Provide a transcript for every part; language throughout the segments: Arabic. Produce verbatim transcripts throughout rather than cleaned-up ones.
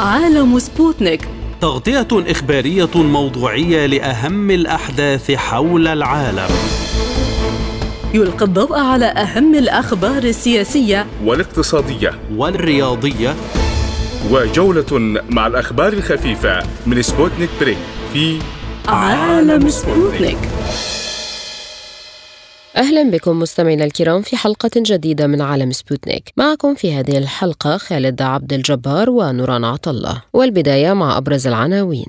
عالم سبوتنيك، تغطية إخبارية موضوعية لأهم الأحداث حول العالم. يلقي الضوء على أهم الأخبار السياسية والاقتصادية والرياضية، وجولة مع الأخبار الخفيفة من سبوتنيك بريك في عالم سبوتنيك. أهلا بكم مستمعينا الكرام في حلقة جديدة من عالم سبوتنيك. معكم في هذه الحلقة خالد عبد الجبار ونوران عطلة، والبداية مع أبرز العناوين.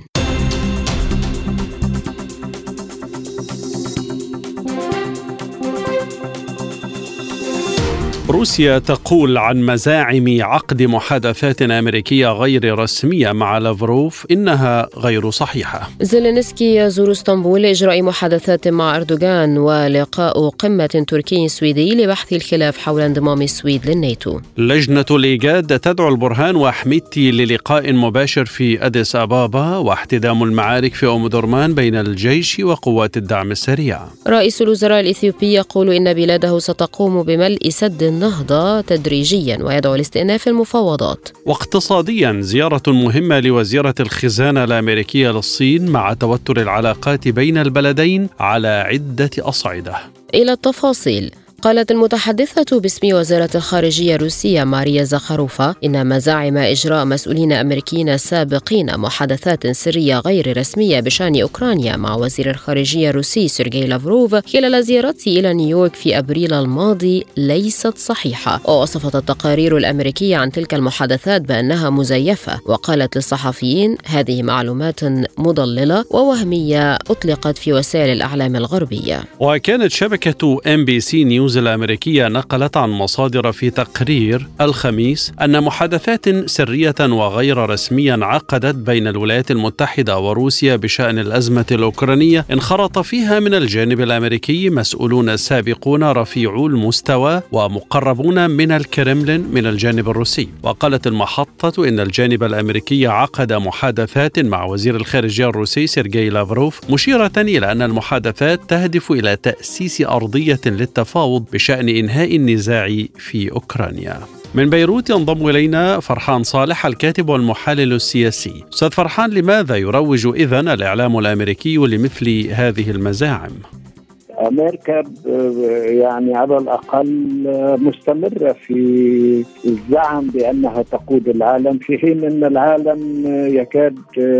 روسيا تقول عن مزاعم عقد محادثات أمريكية غير رسمية مع لافروف إنها غير صحيحة. زيلينسكي يزور اسطنبول لإجراء محادثات مع أردوغان، ولقاء قمة تركي سويدي لبحث الخلاف حول انضمام السويد للناتو. لجنة الإيجاد تدعو البرهان وأحميدتي للقاء مباشر في أديس أبابا، واحتدام المعارك في أم درمان بين الجيش وقوات الدعم السريع. رئيس الوزراء الإثيوبي يقول إن بلاده ستقوم بملء سد النهضة تدريجيا ويدعو لاستئناف المفاوضات. واقتصاديا، زيارة مهمة لوزيرة الخزانة الأمريكية للصين مع توتر العلاقات بين البلدين على عدة أصعدة. إلى التفاصيل. قالت المتحدثة باسم وزارة الخارجية الروسية ماريا زخاروفا إن مزاعم إجراء مسؤولين أمريكيين سابقين محادثات سرية غير رسمية بشأن أوكرانيا مع وزير الخارجية الروسي سيرجي لافروف خلال زيارته إلى نيويورك في أبريل الماضي ليست صحيحة. ووصفت التقارير الأمريكية عن تلك المحادثات بأنها مزيفة، وقالت للصحفيين هذه معلومات مضللة ووهمية أطلقت في وسائل الإعلام الغربية. وكانت شبكة إم بي سي نيوز الأمريكية نقلت عن مصادر في تقرير الخميس أن محادثات سرية وغير رسمية عقدت بين الولايات المتحدة وروسيا بشأن الأزمة الأوكرانية انخرط فيها من الجانب الأمريكي مسؤولون سابقون رفيعو المستوى ومقربون من الكرملين من الجانب الروسي. وقالت المحطة إن الجانب الأمريكي عقد محادثات مع وزير الخارجية الروسي سيرجي لافروف، مشيرة إلى أن المحادثات تهدف إلى تأسيس أرضية للتفاوض بشأن إنهاء النزاع في أوكرانيا. من بيروت ينضم إلينا فرحان صالح الكاتب والمحلل السياسي. أستاذ فرحان، لماذا يروج إذن الإعلام الأمريكي لمثل هذه المزاعم؟ أمريكا يعني على الأقل مستمرة في الزعم بأنها تقود العالم، في حين أن العالم يكاد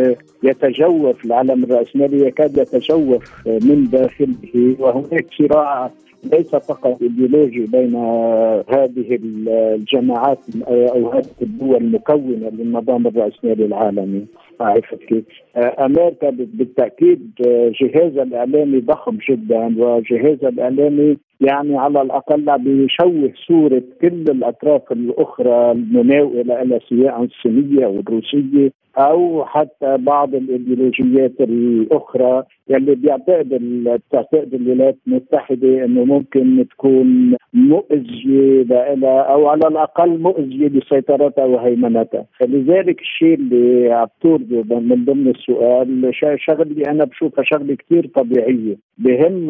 يتجوف، العالم الرأسمالي يكاد يتجوف من داخله، وهناك صراع ليس فقط إيديولوجي بين هذه الجماعات أو هذه الدول المكونة للنظام الرأسمالي العالمي. عرفت كيف؟ أمريكا بالتأكيد جهازها الإعلامي ضخم جدا، وجهازها الإعلامي يعني على الأقل بيشوه صورة كل الأطراف الأخرى المناوئة إلى سواء الصينية أو الروسية أو حتى بعض الإيديولوجيات الأخرى اللي بيعتقد بتعتقد الولايات المتحدة إنه ممكن تكون مؤذية لها أو على الأقل مؤذية لسيطرتها وهيمنتها. فلذلك الشيء اللي عبتور من ضمن السؤال شغلي أنا بشوفها شغلة كتير طبيعية. بهم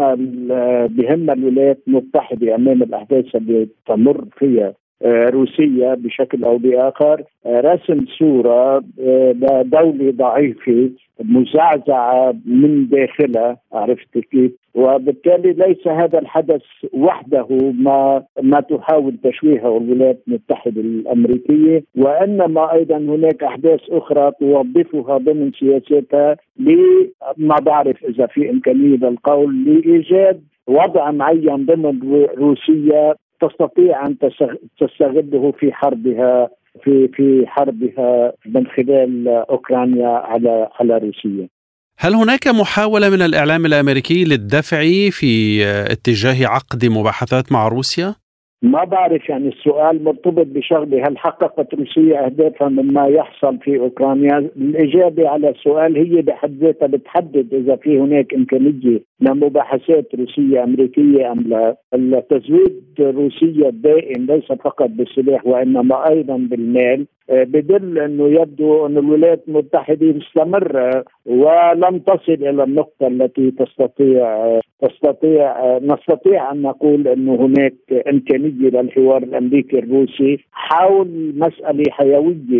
بهم الولايات المتحدة أمام الأحداث اللي تمر فيها روسيا بشكل أو بآخر رسم صورة دولة ضعيفة مزعزعة من داخلها. عرفت كيف؟ وبالتالي ليس هذا الحدث وحده ما ما تحاول تشويهه الولايات المتحدة الأمريكية، وإنما أيضا هناك أحداث أخرى توظفها ضمن سياستها لما بعرف إذا في إمكانية للقول لإيجاد وضع معين ضمن روسيا تستطيع أن تستغله في حربها في في حربها من خلال أوكرانيا على على روسيا. هل هناك محاولة من الإعلام الأمريكي للدفع في اتجاه عقد مباحثات مع روسيا؟ ما بعرف، يعني السؤال مرتبط بشغله، هل حققت روسيا أهدافها مما يحصل في أوكرانيا؟ الإجابة على السؤال هي بحد ذاتها بتحدد إذا في هناك إمكانية لمباحثات روسية أمريكية أم لا. التزويد روسيا الدائم ليس فقط بالسلاح وإنما أيضا بالمال بدل أنه يبدو أن الولايات المتحدة مستمرة ولم تصل إلى النقطة التي تستطيع تستطيع نستطيع أن نقول أنه هناك إمكانية للحوار الأمريكي الروسي حول مسألة حيوية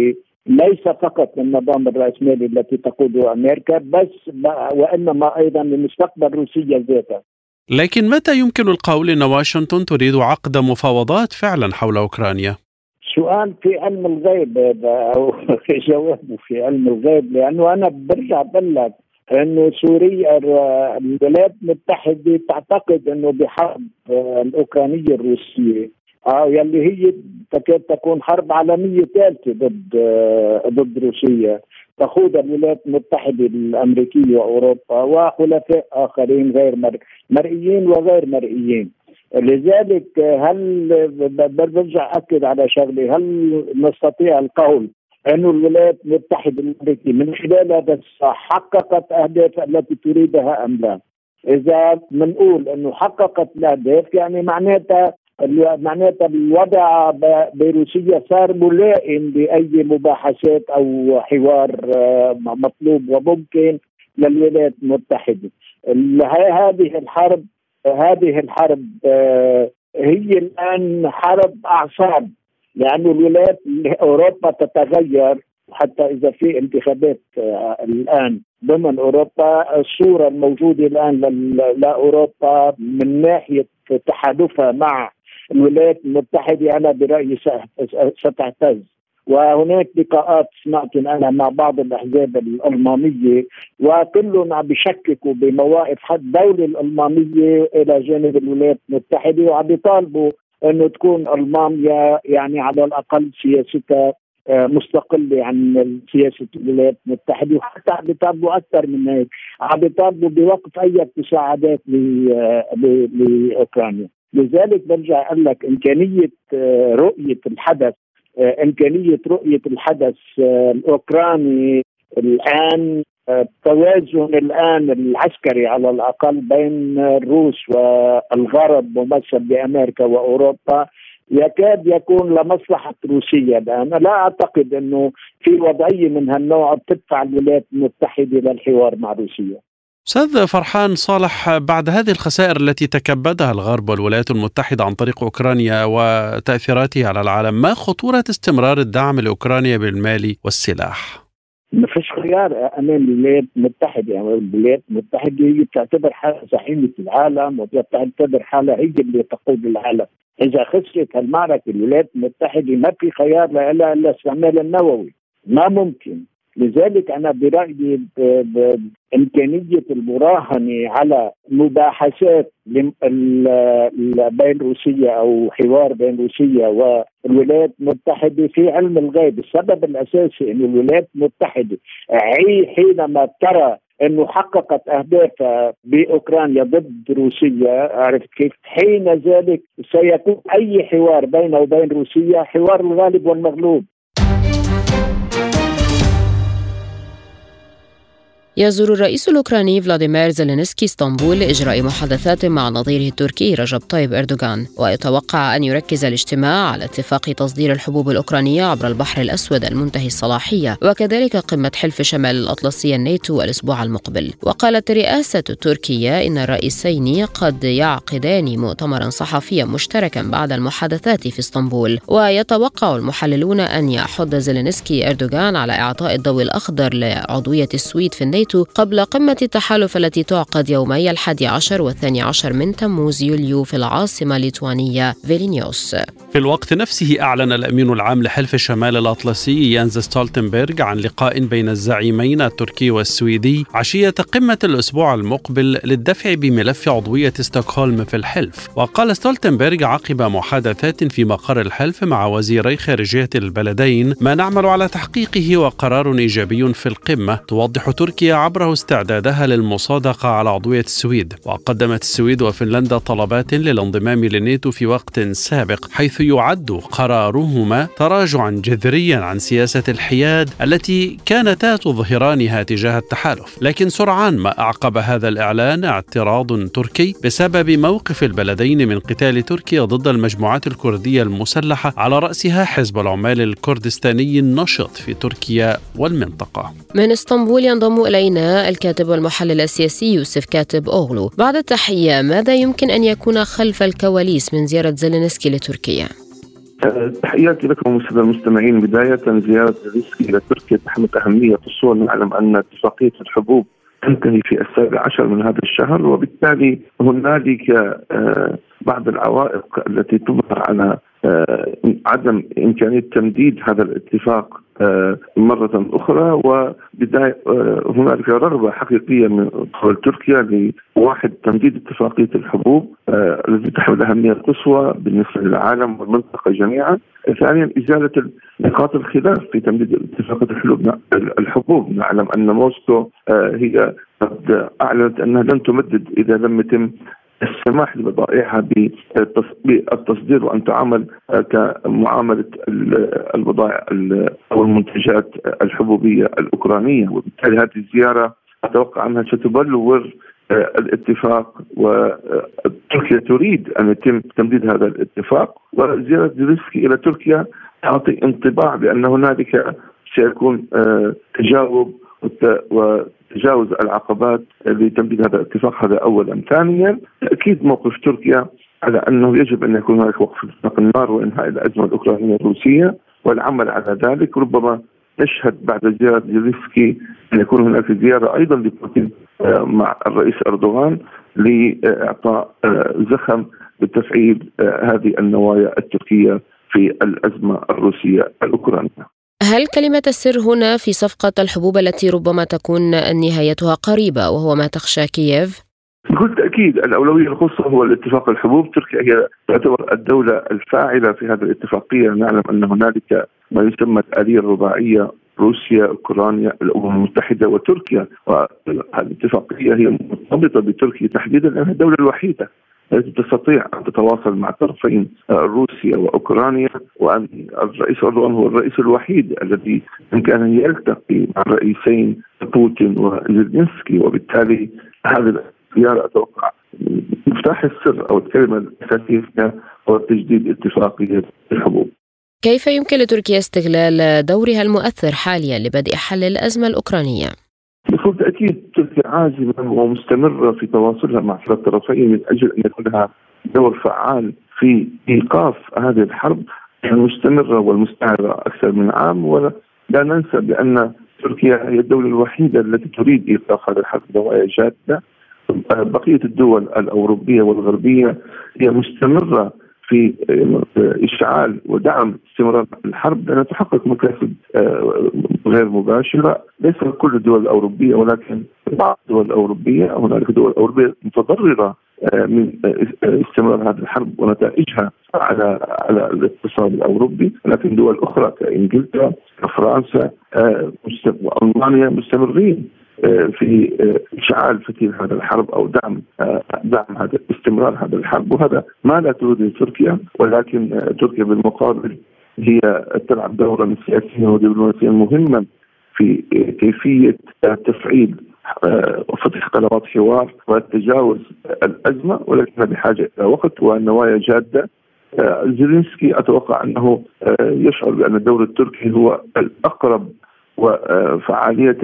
ليس فقط للنظام الرأسمالي التي تقوده أمريكا بس وإنما أيضا لمستقبل روسيا ذاتها. لكن متى يمكن القول أن واشنطن تريد عقد مفاوضات فعلا حول أوكرانيا؟ سؤال في علم الغيب أو جوابه في علم الغيب، لأنه أنا برجع بقول لك أنه سوريا الولايات المتحدة تعتقد أنه بحرب الأوكرانية الروسية آه يلي هي تكاد تكون حرب عالمية ثالثة ضد آه ضد روسيا تخوض الولايات المتحدة الأمريكية وأوروبا وحلفاء آخرين غير مرئيين وغير مرئيين. لذلك هل برجع أكد على شغلي، هل نستطيع القول أن الولايات المتحدة الأمريكية من خلال هذا حققت أهداف التي تريدها أم لا؟ إذا بنقول أنه حققت الأهداف يعني معناتها معناتها الوضع بروسيا صار ملائم لأي مباحثات أو حوار مطلوب وممكن للولايات المتحدة. هذه الحرب هذه الحرب هي الآن حرب أعصاب، لأن الولايات أوروبا تتغير حتى إذا في انتخابات الآن ضمن أوروبا. الصورة الموجودة الآن لأوروبا من ناحية تحالفها مع الولايات المتحدة أنا برأيي ستهتز. وهناك لقاءات سمعت أنا مع بعض الأحزاب الألمانية وكلهم عم بيشككوا بمواقف حد الدولة الألمانية إلى جانب الولايات المتحدة وعم بيطالبوا أنه تكون ألمانيا يعني على الأقل سياستها مستقلة عن سياسة الولايات المتحدة، وحتى عم بيطالبوا أكثر من هيك، عم بيطالبوا بوقف أي مساعدات لأوكرانيا. لذلك برجع أقول لك إمكانية رؤية الحدث إمكانية رؤية الحدث الأوكراني الآن، التوازن الآن العسكري على الأقل بين الروس والغرب ممثل بأمريكا وأوروبا يكاد يكون لمصلحة روسيا الآن. لا أعتقد أنه في وضعية من هالنوع بتدفع الولايات المتحدة للحوار مع روسيا. أستاذ فرحان صالح، بعد هذه الخسائر التي تكبدها الغرب والولايات المتحدة عن طريق أوكرانيا وتأثيراته على العالم، ما خطورة استمرار الدعم لأوكرانيا بالمال والسلاح؟ ما فيش خيار أمام الولايات المتحدة. يعني الولايات المتحدة هي بتعتبر حالها زعيمة العالم وبتعتبر حالها هي اللي تقود العالم. إذا خسرت المعركة الولايات المتحدة ما في خيار لها إلا الاستعمال النووي، ما ممكن. لذلك أنا برأيي بإمكانية المراهنة على مباحثات بين روسيا أو حوار بين روسيا والولايات المتحدة في علم الغيب. السبب الأساسي أن الولايات المتحدة حينما ترى أنه حققت أهدافها بأوكرانيا ضد روسيا، عرفت كيف؟ حين ذلك سيكون أي حوار بينه وبين روسيا حوار الغالب والمغلوب. يزور الرئيس الأوكراني فلاديمير زيلينسكي اسطنبول لإجراء محادثات مع نظيره التركي رجب طيب أردوغان، ويتوقع أن يركز الاجتماع على اتفاق تصدير الحبوب الأوكرانية عبر البحر الأسود المنتهي الصلاحية، وكذلك قمة حلف شمال الأطلسي الناتو الأسبوع المقبل. وقالت الرئاسة التركية إن الرئيسين قد يعقدان مؤتمرا صحفيا مشتركا بعد المحادثات في اسطنبول، ويتوقع المحللون أن يحض زيلينسكي أردوغان على إعطاء الضوء الأخضر لعضوية السويد في الناتو قبل قمة التحالف التي تعقد يومي الحادي عشر والثاني عشر من تموز يوليو في العاصمة الليتوانية فيلنيوس. في الوقت نفسه أعلن الأمين العام لحلف شمال الأطلسي يانز ستولتنبرغ عن لقاء بين الزعيمين التركي والسويدي عشية قمة الأسبوع المقبل للدفع بملف عضوية ستوكهولم في الحلف. وقال ستولتنبرغ عقب محادثات في مقر الحلف مع وزيري خارجية البلدين: ما نعمل على تحقيقه وقرار إيجابي في القمة. توضح تركيا عبره استعدادها للمصادقة على عضوية السويد. وقدمت السويد وفنلندا طلبات للانضمام للناتو في وقت سابق، حيث يعد قرارهما تراجعا جذريا عن سياسة الحياد التي كانتا تظهرانها تجاه التحالف. لكن سرعان ما أعقب هذا الإعلان اعتراض تركي بسبب موقف البلدين من قتال تركيا ضد المجموعات الكردية المسلحة، على رأسها حزب العمال الكردستاني النشط في تركيا والمنطقة. من اسطنبول ينضم إلينا الكاتب والمحلل السياسي يوسف كاتب أوغلو. بعد التحية، ماذا يمكن أن يكون خلف الكواليس من زيارة زيلينسكي لتركيا؟ تحياتي لكم السادة المستمعين. بداية، زيارة زيلينسكي إلى تركيا تحمل أهمية خصوصا نعلم أن اتفاقية الحبوب تنتهي في السابع عشر من هذا الشهر، وبالتالي هنالك بعض العوائق التي تظهر على عدم إمكانية تمديد هذا الاتفاق مرة أخرى. وبداية هنالك رغبة حقيقية من قبل تركيا لواحد تمديد اتفاقية الحبوب التي تحمل أهمية قصوى بالنسبة للعالم والمنطقة جميعا. ثانيا، إزالة نقاط الخلاف في تمديد اتفاقية الحبوب. نعلم أن موسكو هي قد أعلنت أنها لن تمدد إذا لم يتم السماح لبضائعها بالتصدير وأن تعامل كمعاملة البضائع أو المنتجات الحبوبية الأوكرانية. وبالتالي هذه الزيارة أتوقع أنها ستبلور الاتفاق، وتركيا تريد أن يتم تمديد هذا الاتفاق. وزيارة زيلينسكي إلى تركيا تعطي انطباع بأن هنالك سيكون تجاوب وتجاوز العقبات لتمديد هذا الاتفاق. هذا أولا. ثانيا، تأكيد موقف تركيا على أنه يجب أن يكون هناك وقف إطلاق النار وإنهاء الأزمة الأوكرانية الروسية والعمل على ذلك. ربما نشهد بعد زيارة زيلينسكي أن يكون هناك زيارة أيضا لبوتين مع الرئيس أردوغان لإعطاء زخم بتفعيل هذه النوايا التركية في الأزمة الروسية الأوكرانية. هل كلمة السر هنا في صفقة الحبوب التي ربما تكون نهايتها قريبة وهو ما تخشى كييف؟ بكل تأكيد الأولوية الخاصة هو الاتفاق الحبوب. تركيا هي تعتبر الدولة الفاعلة في هذه الاتفاقية. نعلم أن هنالك ما يسمى الآلية الرباعية: روسيا، أوكرانيا، الأمم المتحدة وتركيا. وهذه الاتفاقية هي مرتبطة بتركيا تحديدا لأنها الدولة الوحيدة التي تستطيع أن تتواصل مع طرفين روسيا وأوكرانيا، وأن الرئيس أردوغان هو الرئيس الوحيد الذي يمكن أن يلتقي مع الرئيسين بوتين وزيلينسكي. وبالتالي هذه الزيارة أتوقع مفتاح السر أو الكلمة الأساسية هو تجديد اتفاقية الحبوب. كيف يمكن لتركيا استغلال دورها المؤثر حاليا لبدء حل الأزمة الأوكرانية؟ بكل تأكيد تركيا عازمة ومستمرة في تواصلها مع الطرفين من أجل أن يكون لها دور فعال في إيقاف هذه الحرب المستمرة والمستعرة أكثر من عام. ولا ننسى بأن تركيا هي الدولة الوحيدة التي تريد إيقاف هذه الحرب بنوايا جادة. بقية الدول الأوروبية والغربية هي مستمرة في إشعال ودعم استمرار الحرب لأنها تحقق مكاسب غير مباشرة. ليس كل الدول الأوروبية ولكن بعض الدول الأوروبية. هناك دول أوروبية متضررة من استمرار هذه الحرب ونتائجها على على الاقتصاد الأوروبي، لكن دول أخرى كإنجلترا وفرنسا وألمانيا مستمرين في إشعال فتيل هذا الحرب أو دعم دعم هذا استمرار هذا الحرب. وهذا ما لا تريده تركيا، ولكن تركيا بالمقابل هي تلعب دورا سياسيا ودبلوماسيا مهما في كيفية تفعيل وفتح قنوات حوار وتجاوز الأزمة، ولكنها بحاجة إلى وقت ونوايا جادة. زيلينسكي أتوقع أنه يشعر بأن الدور التركي هو الأقرب وفعالية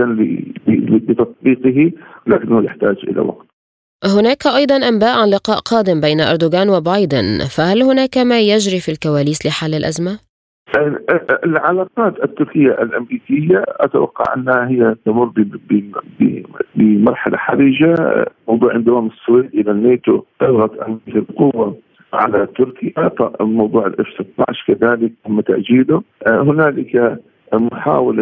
لتطبيقه، لكنه يحتاج إلى وقت. هناك أيضا أنباء عن لقاء قادم بين أردوغان وبايدن، فهل هناك ما يجري في الكواليس لحل الأزمة؟ العلاقات التركية الأمريكية أتوقع أنها هي تمر بمرحلة حرجة. موضوع انضمام السويد إلى الناتو ضغط أمريكا بقوة على تركيا. موضوع الإف ستة عشر كذلك تم تأجيله. هنالك محاولة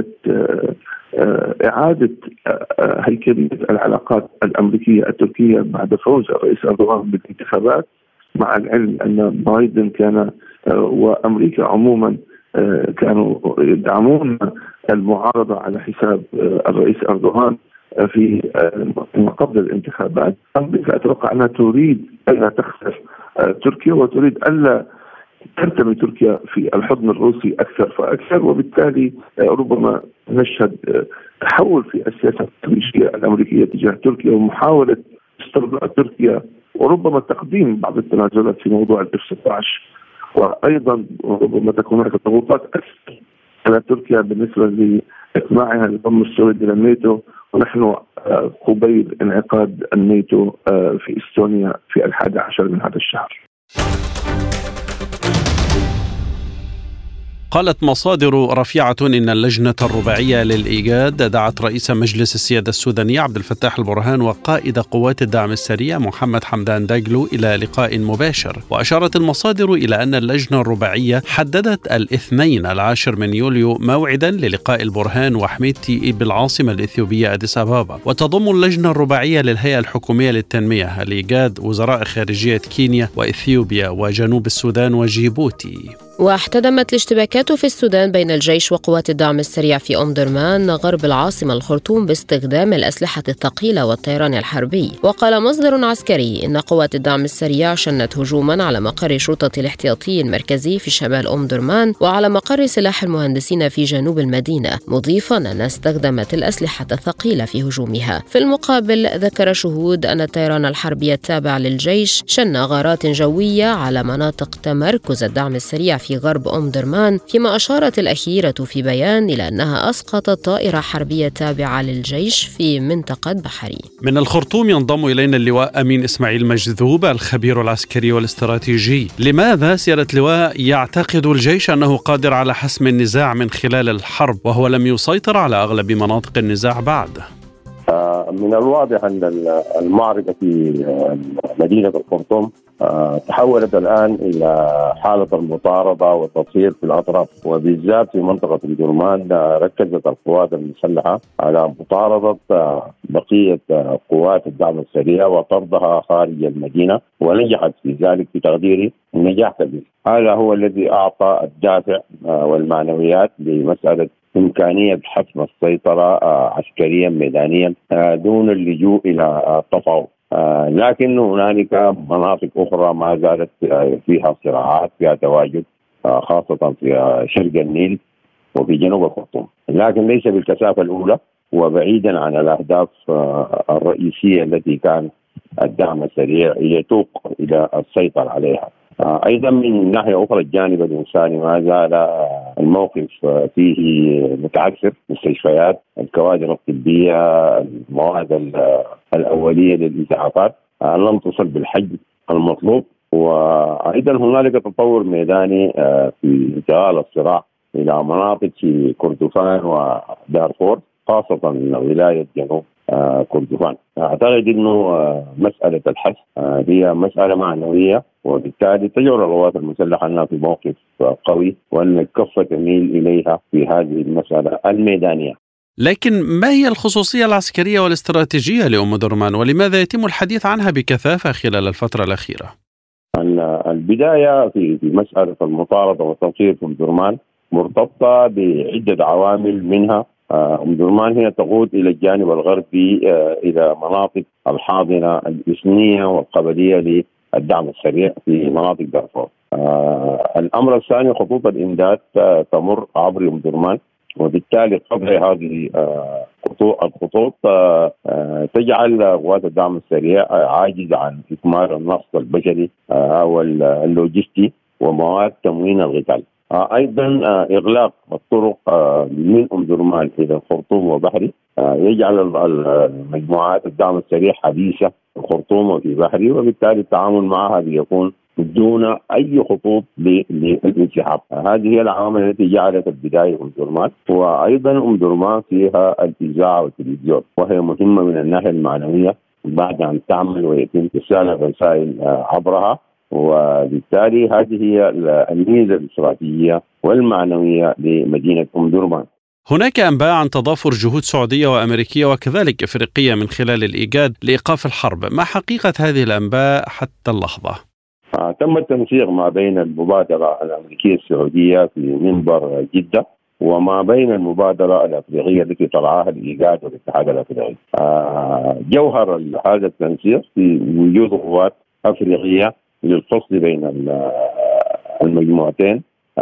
إعادة هيكلية العلاقات الأمريكية التركية بعد فوز الرئيس أردوغان بالانتخابات، مع العلم أن بايدن كان وأمريكا عموما كانوا يدعمون المعارضة على حساب الرئيس أردوغان في ما قبل الانتخابات. أمريكا أتوقع أنها تريد أن تخسر تركيا وتريد ألا ترتمي تركيا في الحضن الروسي أكثر فأكثر، وبالتالي ربما نشهد تحول في السياسة الخارجية الأمريكية تجاه تركيا ومحاولة استرضاء تركيا وربما تقديم بعض التنازلات في موضوع الإف ستة عشر. وأيضا ربما تكون هناك ضغوطات أكثر على تركيا بالنسبة لإقناعها لضم السويد إلى الناتو، ونحن قبيل انعقاد الناتو في إستونيا في الحادي عشر من هذا الشهر. قالت مصادر رفيعة إن اللجنة الرباعية للإيجاد دعت رئيس مجلس السيادة السوداني عبد الفتاح البرهان وقائد قوات الدعم السريع محمد حمدان داغلو إلى لقاء مباشر. وأشارت المصادر إلى أن اللجنة الرباعية حددت الاثنين العاشر من يوليو موعدا للقاء البرهان وحميدتي بالعاصمة الإثيوبية أديس أبابا. وتضم اللجنة الرباعية للهيئة الحكومية للتنمية الإيجاد وزراء خارجية كينيا وإثيوبيا وجنوب السودان وجيبوتي. واحتدمت الاشتباكات في السودان بين الجيش وقوات الدعم السريع في أم درمان غرب العاصمة الخرطوم باستخدام الأسلحة الثقيلة والطيران الحربي. وقال مصدر عسكري إن قوات الدعم السريع شنت هجوما على مقر شرطة الاحتياطي المركزي في شمال أم درمان وعلى مقر سلاح المهندسين في جنوب المدينة، مضيفا أنها استخدمت الأسلحة الثقيلة في هجومها. في المقابل ذكر شهود أن الطيران الحربي التابع للجيش شن غارات جوية على مناطق تمركز الدعم السريع في غرب أم درمان، فيما أشارت الأخيرة في بيان إلى أنها أسقطت طائرة حربية تابعة للجيش في منطقة بحري. من الخرطوم ينضم إلينا اللواء أمين إسماعيل مجذوب الخبير العسكري والاستراتيجي. لماذا سيادة اللواء يعتقد الجيش أنه قادر على حسم النزاع من خلال الحرب وهو لم يسيطر على أغلب مناطق النزاع بعد؟ من الواضح أن المعركة في مدينة الخرطوم تحولت الآن إلى حالة المطاردة والتصهير في الأطراف، وبالذات في منطقة الجرمان ركزت القوات المسلحة على مطاردة بقية قوات الدعم السريع وطردها خارج المدينة، ونجحت في ذلك في تقديري نجاح كبير. هذا هو الذي أعطى الدافع والمعنويات لمسألة إمكانية حسم السيطرة عسكريا ميدانيا دون اللجوء إلى التفاوض. لكن هنالك مناطق أخرى ما زالت فيها صراعات، فيها تواجد، خاصة في شرق النيل وفي جنوب الخرطوم، لكن ليس بالكثافة الأولى وبعيدا عن الأهداف الرئيسية التي كان الدعم السريع يتوق إلى السيطرة عليها. أيضا من ناحية أخرى الجانب الإنساني ما زال الموقف فيه متعثر. مستشفيات، الكوادر الطبية، المواد الأولية للإسعافات لم تصل بالحجم المطلوب، وأيضا هنالك تطور ميداني في انتقال الصراع إلى مناطق في كردفان ودارفور، خاصة ولاية جنوب كردفان. أعتقد أنه مسألة الحث هي مسألة معنوية، وبالتالي تجعل القوات المسلحة أنها في موقف قوي وأن الكفة تميل إليها في هذه المسألة الميدانية. لكن ما هي الخصوصية العسكرية والاستراتيجية لأم درمان، ولماذا يتم الحديث عنها بكثافة خلال الفترة الأخيرة؟ البداية في مسألة المطاردة والتصهير في أم درمان مرتبطة بعدة عوامل، منها أم درمان هي تقود إلى الجانب الغربي إلى مناطق الحاضنة الإثنية والقبلية للدعم السريع في مناطق دارفور. الأمر الثاني خطوط الإمداد تمر عبر أم درمان، وبالتالي قطع هذه الخطوط تجعل قوات الدعم السريع عاجزة عن إكمال النقص البشري أو اللوجستي ومواد تموين القتال. أيضا إغلاق الطرق من أم درمان إلى الخرطوم وبحري يجعل المجموعات الدعم السريع حديثة في الخرطوم وفي بحري، وبالتالي التعامل معها بيكون دون أي خطوط للانسحاب. هذه هي العوامل التي جعلت البداية أم درمان. وأيضا أم درمان فيها الإذاعة والتلفزيون، وهي مهمة من الناحية المعنوية بعد أن تعمل ويتم إرسال الرسائل عبرها، وبالتالي هذه هي الميزة الاستراتيجية والمعنوية لمدينة أم درمان. هناك أنباء عن تضافر جهود سعودية وأمريكية وكذلك إفريقية من خلال الإيجاد لإيقاف الحرب، ما حقيقة هذه الأنباء حتى اللحظة؟ آه، تم التنسيق ما بين المبادرة الأمريكية السعودية في منبر جدة وما بين المبادرة الأفريقية التي طلعها الإيجاد والاتحاد الأفريقي. آه، جوهر هذا التنسيق في وجود قوات أفريقية للفصل بين المجموعتين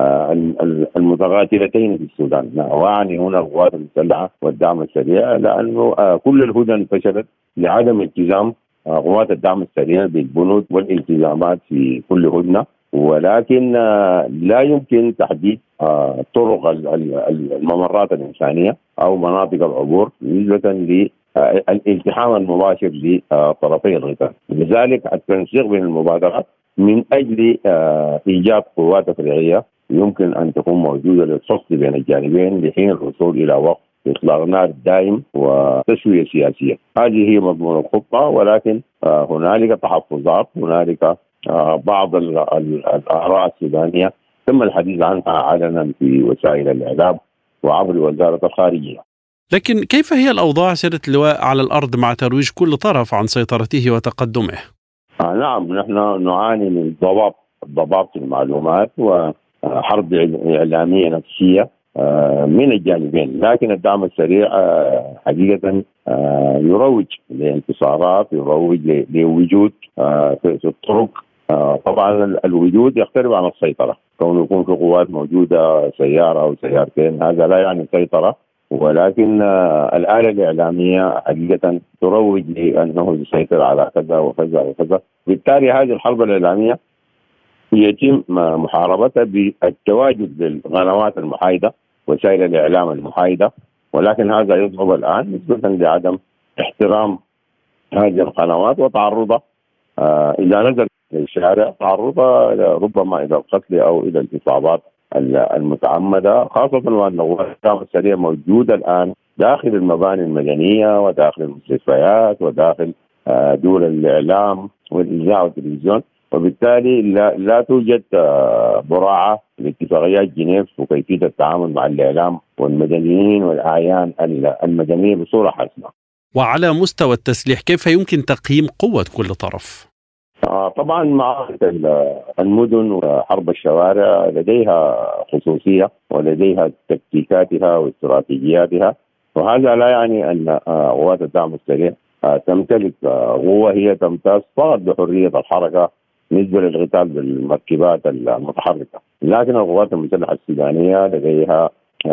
المتقاتلتين في السودان، وأعني هنا القوات المسلحة والدعم السريع، لأنه كل الهدن فشلت لعدم التزام قوات الدعم السريع بالبنود والالتزامات في كل هدنة، ولكن لا يمكن تحديد طرق الممرات الإنسانية أو مناطق العبور نسبة للالتحام المباشر لطرفي القتال. لذلك التنسيق بين المبادرات من أجل إيجاد قوات فرعية يمكن أن تكون موجودة للفصل بين الجانبين لحين الوصول إلى وقت إطلاق نار دائم وتسوية سياسية. هذه هي مضمون الخطة، ولكن هنالك تحفظات، هنالك بعض الآراء السودانية تم الحديث عنها علنا في وسائل الإعلام وعبر وزارة الخارجية. لكن كيف هي الأوضاع سيادة اللواء على الأرض مع ترويج كل طرف عن سيطرته وتقدمه؟ آه نعم، نحن نعاني من ضباب ضباب في المعلومات وحرب إعلامية نفسية من الجانبين، لكن الدعم السريع حقيقة يروج لانتصارات، يروج لوجود في الطرق. طبعا الوجود يختلف عن السيطرة، كون يكون في قوات موجودة سيارة أو سيارتين هذا لا يعني سيطرة، ولكن الآلة الإعلامية حقيقة تروج لأنه يسيطر على كذا وكذا وكذا. بالتالي هذه الحرب الإعلامية يتم محاربتها بالتواجد للقنوات المحايدة، وسائل الإعلام المحايدة، ولكن هذا يصعب الآن نسبة لعدم احترام هذه القنوات وتعرضها آه إذا نزل في الشارع تعرضها ربما إلى القتل أو إلى الإصابات المتعمدة، خاصة وأن الدعم السريع موجودة الآن داخل المباني المدنية وداخل المستشفيات وداخل آه دول الإعلام والإذاعة والتلفزيون، وبالتالي لا, لا توجد براعة لاتفاقيات جنيف وكيفية التعامل مع الإعلام والمدنيين والأعيان المدنية بصورة حاسمة. وعلى مستوى التسليح كيف يمكن تقييم قوة كل طرف؟ طبعا معركة المدن وحرب الشوارع لديها خصوصية ولديها تكتيكاتها واستراتيجياتها، وهذا لا يعني أن قوات الدعم السريع تمتلك قوة، هي تمتاز فقط بحرية الحركة بالنسبة للقتال بالمركبات المتحركة، لكن القوات المسلحة السودانية لديها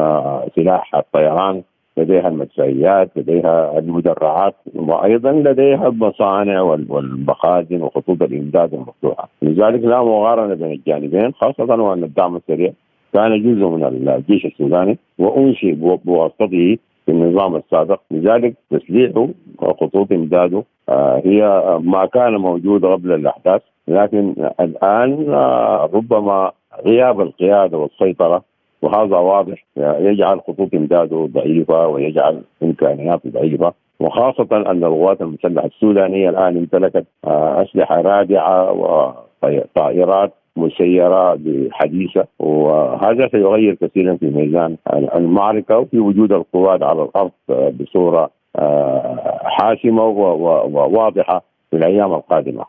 سلاح الطيران، لديها المدفعيات، لديها المدرعات، وأيضا لديها المصانع والمخازن وخطوط الإمداد المفتوحة. لذلك لا مقارنة بين الجانبين، خاصة وأن الدعم السريع كان جزء من الجيش السوداني وأنشئ بواسطته في النظام السابق، لذلك تسليحه وخطوط إمداده هي ما كان موجود قبل الأحداث، لكن الآن ربما غياب القيادة والسيطرة وهذا واضح يجعل خطوط إمداده ضعيفة ويجعل إمكانياته ضعيفة، وخاصة أن القوات المسلحة السودانية الآن امتلكت أسلحة رادعة وطائرات مسيرة حديثة، وهذا سيغير كثيرا في ميزان المعركة وفي وجود القوات على الأرض بصورة حاسمة وواضحة في الأيام القادمة.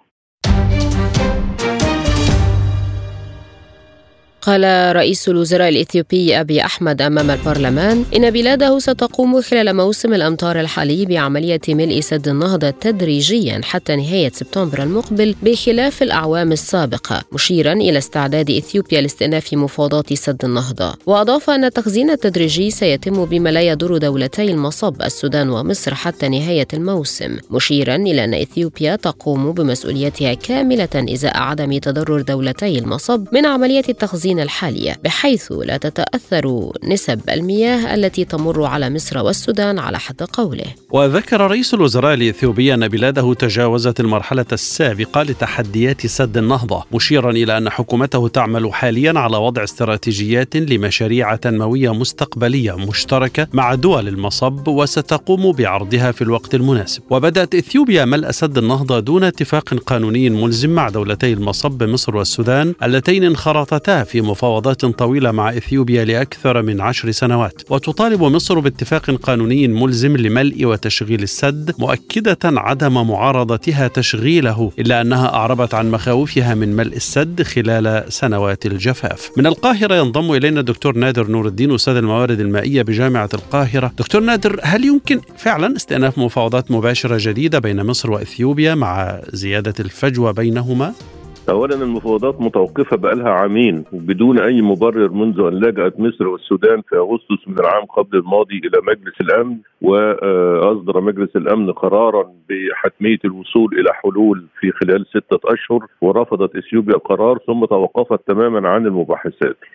قال رئيس الوزراء الإثيوبي أبي أحمد أمام البرلمان إن بلاده ستقوم خلال موسم الأمطار الحالي بعملية ملء سد النهضة تدريجيا حتى نهاية سبتمبر المقبل بخلاف الأعوام السابقة، مشيرا إلى استعداد إثيوبيا لاستئناف مفاوضات سد النهضة. وأضاف أن التخزين التدريجي سيتم بما لا يضر دولتي المصب السودان ومصر حتى نهاية الموسم، مشيرا إلى أن إثيوبيا تقوم بمسؤوليتها كاملة إزاء عدم تضرر دولتي المصب من عملية التخزين الحالية، بحيث لا تتأثر نسب المياه التي تمر على مصر والسودان على حد قوله. وذكر رئيس الوزراء الإثيوبي أن بلاده تجاوزت المرحلة السابقة لتحديات سد النهضة، مشيرا إلى أن حكومته تعمل حاليا على وضع استراتيجيات لمشاريع تنموية مستقبلية مشتركة مع دول المصب وستقوم بعرضها في الوقت المناسب. وبدأت إثيوبيا ملء سد النهضة دون اتفاق قانوني ملزم مع دولتي المصب مصر والسودان اللتين انخرطتا في مفاوضات طويلة مع إثيوبيا لأكثر من عشر سنوات. وتطالب مصر باتفاق قانوني ملزم لملء وتشغيل السد، مؤكدة عدم معارضتها تشغيله، إلا أنها أعربت عن مخاوفها من ملء السد خلال سنوات الجفاف. من القاهرة ينضم إلينا الدكتور نادر نور الدين، أستاذ الموارد المائية بجامعة القاهرة. دكتور نادر، هل يمكن فعلا استئناف مفاوضات مباشرة جديدة بين مصر وإثيوبيا مع زيادة الفجوة بينهما؟ أولا المفاوضات متوقفة بقالها عامين بدون أي مبرر منذ أن لجأت مصر والسودان في أغسطس من العام قبل الماضي إلى مجلس الأمن، وأصدر مجلس الأمن قرارا بحتمية الوصول إلى حلول في خلال ستة أشهر، ورفضت إثيوبيا القرار ثم توقفت تماما عن المباحثات.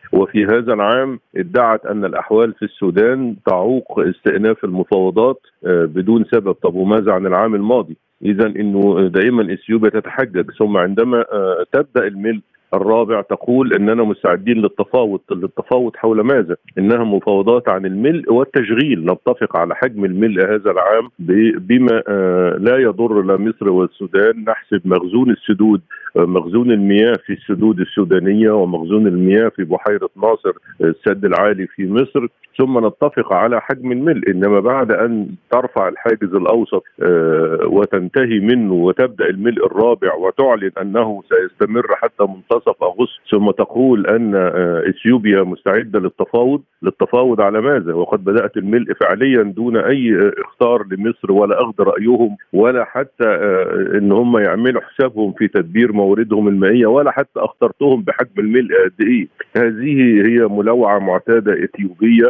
وفي هذا العام ادعت أن الأحوال في السودان تعوق استئناف المفاوضات بدون سبب. طب وماذا عن العام الماضي؟ إذا إنه دائما إثيوبيا تتحجج، ثم عندما تبدأ الملء الرابع تقول اننا مستعدين للتفاوض. للتفاوض حول ماذا؟ انها مفاوضات عن الملء والتشغيل، نتفق على حجم الملء هذا العام بما لا يضر لا مصر والسودان. نحسب مخزون السدود، مخزون المياه في السدود السودانية ومخزون المياه في بحيرة ناصر السد العالي في مصر، ثم نتفق على حجم الملء. إنما بعد أن ترفع الحاجز الأوسط وتنتهي منه وتبدأ الملء الرابع وتعلن أنه سيستمر حتى منتصف أغسطس، ثم تقول أن إثيوبيا مستعدة للتفاوض. للتفاوض على ماذا؟ وقد بدأت الملء فعليا دون أي اختار لمصر ولا أخذ رأيهم، ولا حتى إن هم يعملوا حسابهم في تدبير موردهم المائية، ولا حتى اخترتهم بحجم الملء قد إيه. هذه هي ملوعة معتادة إثيوبية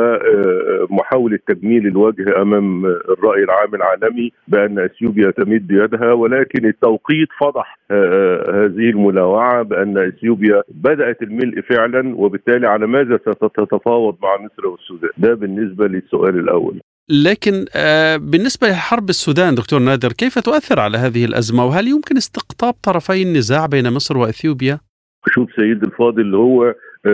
ومحاولة تجميل الوجه أمام الرأي العام العالمي بأن إثيوبيا تمد يدها، ولكن التوقيت فضح هذه الملاوعة بأن إثيوبيا بدأت الملء فعلا، وبالتالي على ماذا ستتفاوض مع مصر والسودان؟ ده بالنسبة للسؤال الأول. لكن بالنسبة لحرب السودان دكتور نادر، كيف تؤثر على هذه الأزمة؟ وهل يمكن استقطاب طرفي النزاع بين مصر وإثيوبيا؟ شوف سيد الفاضل، هو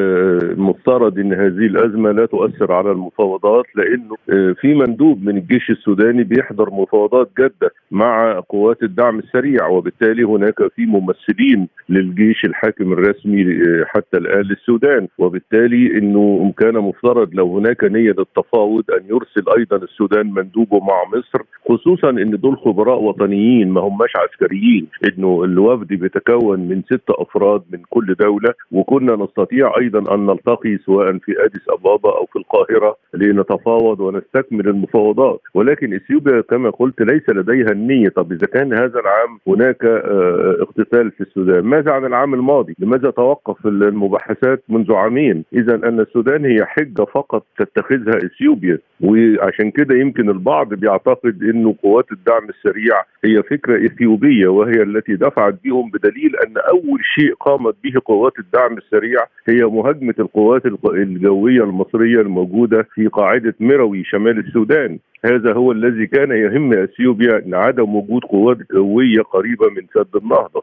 مفترض ان هذه الازمه لا تؤثر على المفاوضات، لانه في مندوب من الجيش السوداني بيحضر مفاوضات جاده مع قوات الدعم السريع، وبالتالي هناك في ممثلين للجيش الحاكم الرسمي حتى الان للسودان، وبالتالي انه كان مفترض لو هناك نيه للتفاوض ان يرسل ايضا السودان مندوبه مع مصر، خصوصا ان دول خبراء وطنيين ما هماش عسكريين. انه الوفد بيتكون من ست افراد من كل دوله، وكنا نستطيع أيضا أن نلتقي سواء في أديس أبابا أو في القاهرة لنتفاوض ونستكمل المفاوضات، ولكن إثيوبيا كما قلت ليس لديها النية. طب إذا كان هذا العام هناك اقتتال في السودان، ماذا عن العام الماضي؟ لماذا توقف المباحثات منذ عامين؟ إذا أن السودان هي حجة فقط تتخذها إثيوبيا، وعشان كده يمكن البعض بيعتقد أنه قوات الدعم السريع هي فكرة إثيوبية وهي التي دفعت بهم، بدليل أن أول شيء قامت به قوات الدعم السريع هي مهاجمة القوات الجوية المصرية الموجودة في قاعدة مروي شمال السودان. هذا هو الذي كان يهم اثيوبيا، ان عدم وجود قوات جويه قريبه من سد النهضه.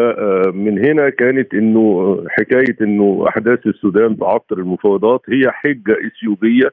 فمن هنا كانت انه حكايه انه احداث السودان تعطل المفاوضات هي حجه اثيوبيه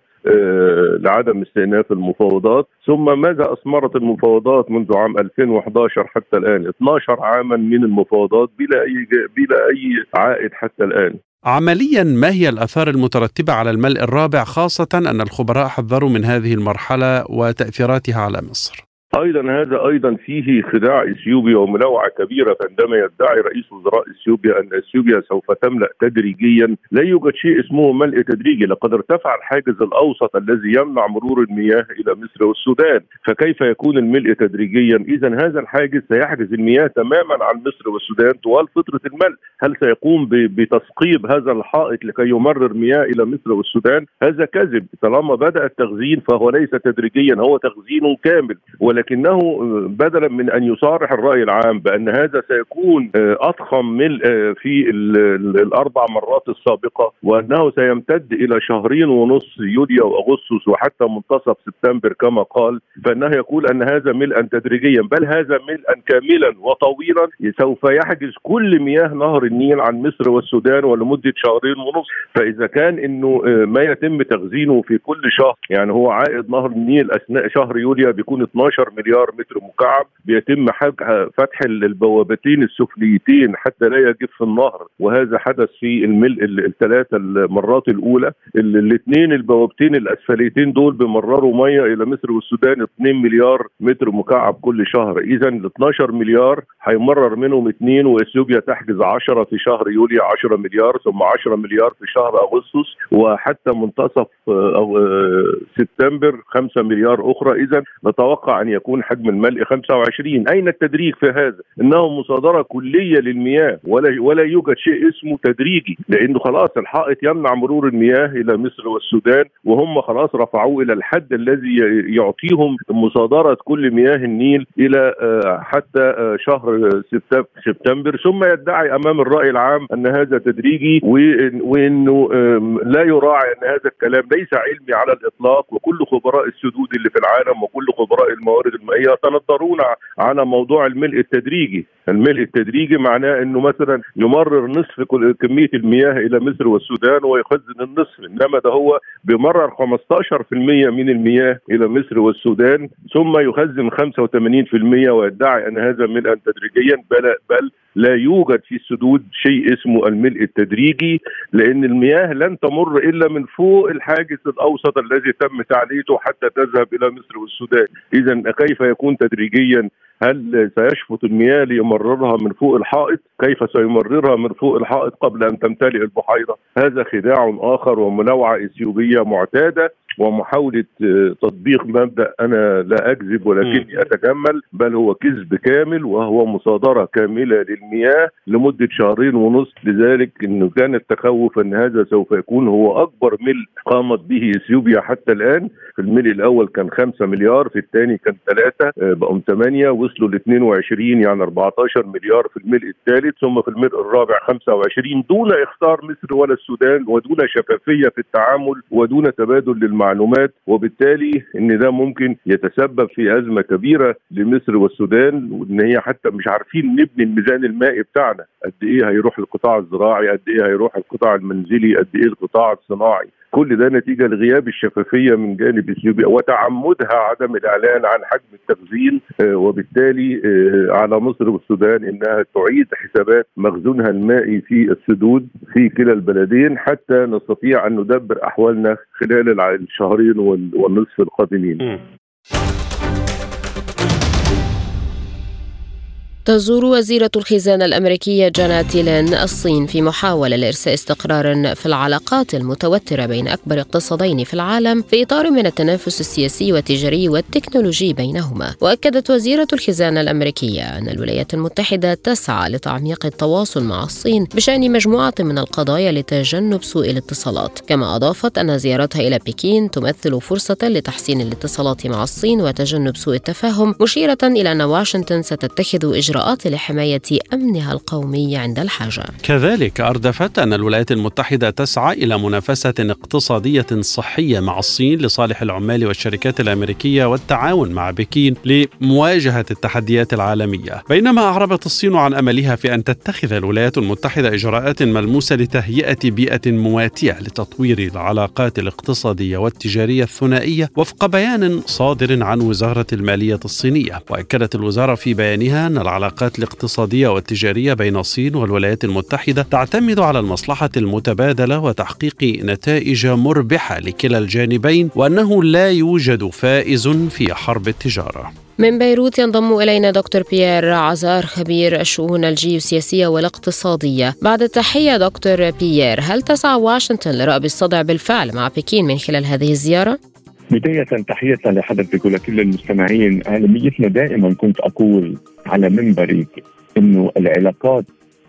لعدم استئناف المفاوضات. ثم ماذا اثمرت المفاوضات منذ عام ألفين وأحد عشر حتى الان؟ اثني عشر عاما من المفاوضات بلا اي بلا اي عائد حتى الان. عمليا ما هي الآثار المترتبة على الملء الرابع، خاصة أن الخبراء حذروا من هذه المرحلة وتأثيراتها على مصر؟ ايضا هذا ايضا فيه خداع اثيوبيا وملاوعه كبيره، عندما يدعي رئيس وزراء اثيوبيا ان اثيوبيا سوف تملا تدريجيا. لا يوجد شيء اسمه ملء تدريجي، لقد ارتفع الحاجز الاوسط الذي يمنع مرور المياه الى مصر والسودان، فكيف يكون الملء تدريجيا؟ اذا هذا الحاجز سيحجز المياه تماما عن مصر والسودان طوال فتره الملء. هل سيقوم بتثقيب هذا الحائط لكي يمرر مياه الى مصر والسودان؟ هذا كذب. طالما بدا التخزين فهو ليس تدريجيا، هو تخزين كامل، ولكنه بدلا من أن يصارح الرأي العام بأن هذا سيكون أضخم ملء في الأربع مرات السابقة، وأنه سيمتد إلى شهرين ونصف يوليو وأغسطس وحتى منتصف سبتمبر كما قال، فإنه يقول أن هذا ملءا تدريجيا، بل هذا ملءا كاملا وطويلا سوف يحجز كل مياه نهر النيل عن مصر والسودان ولمدة شهرين ونصف. فإذا كان إنه ما يتم تخزينه في كل شهر، يعني هو عائد نهر النيل أثناء شهر يوليو بيكون اثني عشر مليار متر مكعب، بيتم فتح البوابتين السفليتين حتى لا يجف النهر، وهذا حدث في الملء الثلاثة المرات الأولى. الاثنين البوابتين الأسفليتين دول بمرروا مية إلى مصر والسودان اثنين مليار متر مكعب كل شهر. إذا ال اثني عشر مليار هيمرر منهم اثنين، وإثيوبيا تحجز عشرة في شهر يوليو عشرة مليار، ثم عشرة مليار في شهر أغسطس، وحتى منتصف سبتمبر خمسة مليار أخرى. إذا نتوقع أن يكون حجم الملء خمسة وعشرين. أين التدريج في هذا؟ إنه مصادرة كلية للمياه، ولا ولا يوجد شيء اسمه تدريجي، لأنه خلاص الحائط يمنع مرور المياه إلى مصر والسودان، وهم خلاص رفعوه إلى الحد الذي يعطيهم مصادرة كل مياه النيل إلى حتى شهر سبتمبر، ثم يدعي أمام الرأي العام أن هذا تدريجي، وإنه لا يراعي أن هذا الكلام ليس علمي على الإطلاق. وكل خبراء السدود اللي في العالم وكل خبراء الموارد المائية يتنظرون على موضوع الملء التدريجي. الملء التدريجي معناه أنه مثلا يمرر نصف كمية المياه إلى مصر والسودان ويخزن النصف، إنما ده هو بمرر خمسة عشر بالمئة من المياه إلى مصر والسودان ثم يخزن خمسة وثمانين بالمئة ويدعي أن هذا ملءا تدريجيا. بل, بل لا يوجد في السدود شيء اسمه الملء التدريجي، لأن المياه لن تمر إلا من فوق الحاجز الأوسط الذي تم تعليته حتى تذهب إلى مصر والسودان. إذن كيف يكون تدريجيا؟ هل سيشفط المياه ليمررها من فوق الحائط؟ كيف سيمررها من فوق الحائط قبل أن تمتلئ البحيرة؟ هذا خداع آخر ومناوعة إثيوبية معتادة ومحاولة تطبيق مبدأ أنا لا أكذب ولكني أتجمل، بل هو كذب كامل وهو مصادرة كاملة للمياه لمدة شهرين ونصف. لذلك أنه كان التخوف أن هذا سوف يكون هو أكبر ملء قامت به إثيوبيا حتى الآن. في الملء الأول كان خمسة مليار، في الثاني كان ثلاثة، بقوا ثمانية، وصلوا ل اثنين وعشرين يعني أربعة عشر مليار في الملء الثالث، ثم في الملء الرابع خمسة وعشرين، دون إخطار مصر ولا السودان ودون شفافية في التعامل ودون تبادل للمعلومات. وبالتالي ان ده ممكن يتسبب في ازمه كبيره لمصر والسودان، وان هي حتى مش عارفين نبني الميزان المائي بتاعنا، قد ايه هيروح القطاع الزراعي، قد ايه هيروح القطاع المنزلي، قد ايه القطاع الصناعي. كل ده نتيجه لغياب الشفافيه من جانب اثيوبيا وتعمدها عدم الاعلان عن حجم التخزين، وبالتالي على مصر والسودان انها تعيد حسابات مخزونها المائي في السدود في كلا البلدين حتى نستطيع ان ندبر احوالنا خلال الشهرين والنصف القادمين. تزور وزيرة الخزانة الأمريكية جانيت يلين الصين في محاولة لإرساء استقرار في العلاقات المتوترة بين أكبر اقتصادين في العالم في إطار من التنافس السياسي والتجاري والتكنولوجي بينهما. وأكدت وزيرة الخزانة الأمريكية أن الولايات المتحدة تسعى لتعميق التواصل مع الصين بشأن مجموعة من القضايا لتجنب سوء الاتصالات. كما أضافت أن زيارتها إلى بكين تمثل فرصة لتحسين الاتصالات مع الصين وتجنب سوء التفاهم، مشيرة إلى أن واشنطن ستتخذ إجراءات إجراءات لحماية أمنها القومي عند الحاجة. كذلك أردفت أن الولايات المتحدة تسعى إلى منافسة اقتصادية صحية مع الصين لصالح العمال والشركات الأمريكية والتعاون مع بكين لمواجهة التحديات العالمية. بينما أعربت الصين عن أملها في أن تتخذ الولايات المتحدة إجراءات ملموسة لتهيئة بيئة مواتية لتطوير العلاقات الاقتصادية والتجارية الثنائية وفق بيان صادر عن وزارة المالية الصينية. وأكدت الوزارة في بيانها أن العلاقات الاقتصادية والتجارية بين الصين والولايات المتحدة تعتمد على المصلحة المتبادلة وتحقيق نتائج مربحة لكلا الجانبين، وأنه لا يوجد فائز في حرب التجارة. من بيروت ينضم إلينا دكتور بيير عزار خبير الشؤون الجيوسياسية والاقتصادية. بعد التحية دكتور بيير، هل تسعى واشنطن لرأب الصدع بالفعل مع بكين من خلال هذه الزيارة؟ بداية تحية لحضرتك ولكل المستمعين. أهميتنا دائما كنت أقول على منبري إنه العلاقات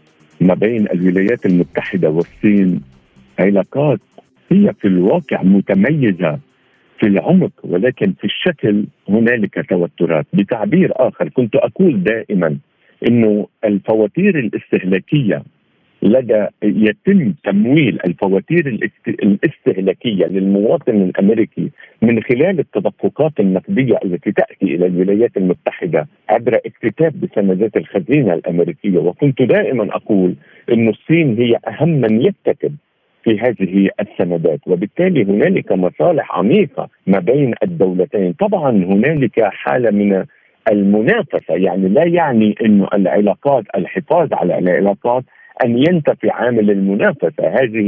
ما بين الولايات المتحدة والصين علاقات هي في الواقع متميزة في العمق، ولكن في الشكل هنالك توترات. بتعبير آخر كنت أقول دائما إنه الفواتير الاستهلاكية لدى يتم تمويل الفواتير الاستهلاكية للمواطن الأمريكي من خلال التدفقات النقدية التي تأتي إلى الولايات المتحدة عبر اكتتاب بسندات الخزينة الأمريكية. وكنت دائما أقول إن الصين هي أهم من يكتتب في هذه السندات، وبالتالي هنالك مصالح عميقة ما بين الدولتين. طبعا هنالك حالة من المنافسة، يعني لا يعني إنه العلاقات الحفاظ على العلاقات أن ينتفي عامل المنافسة. هذه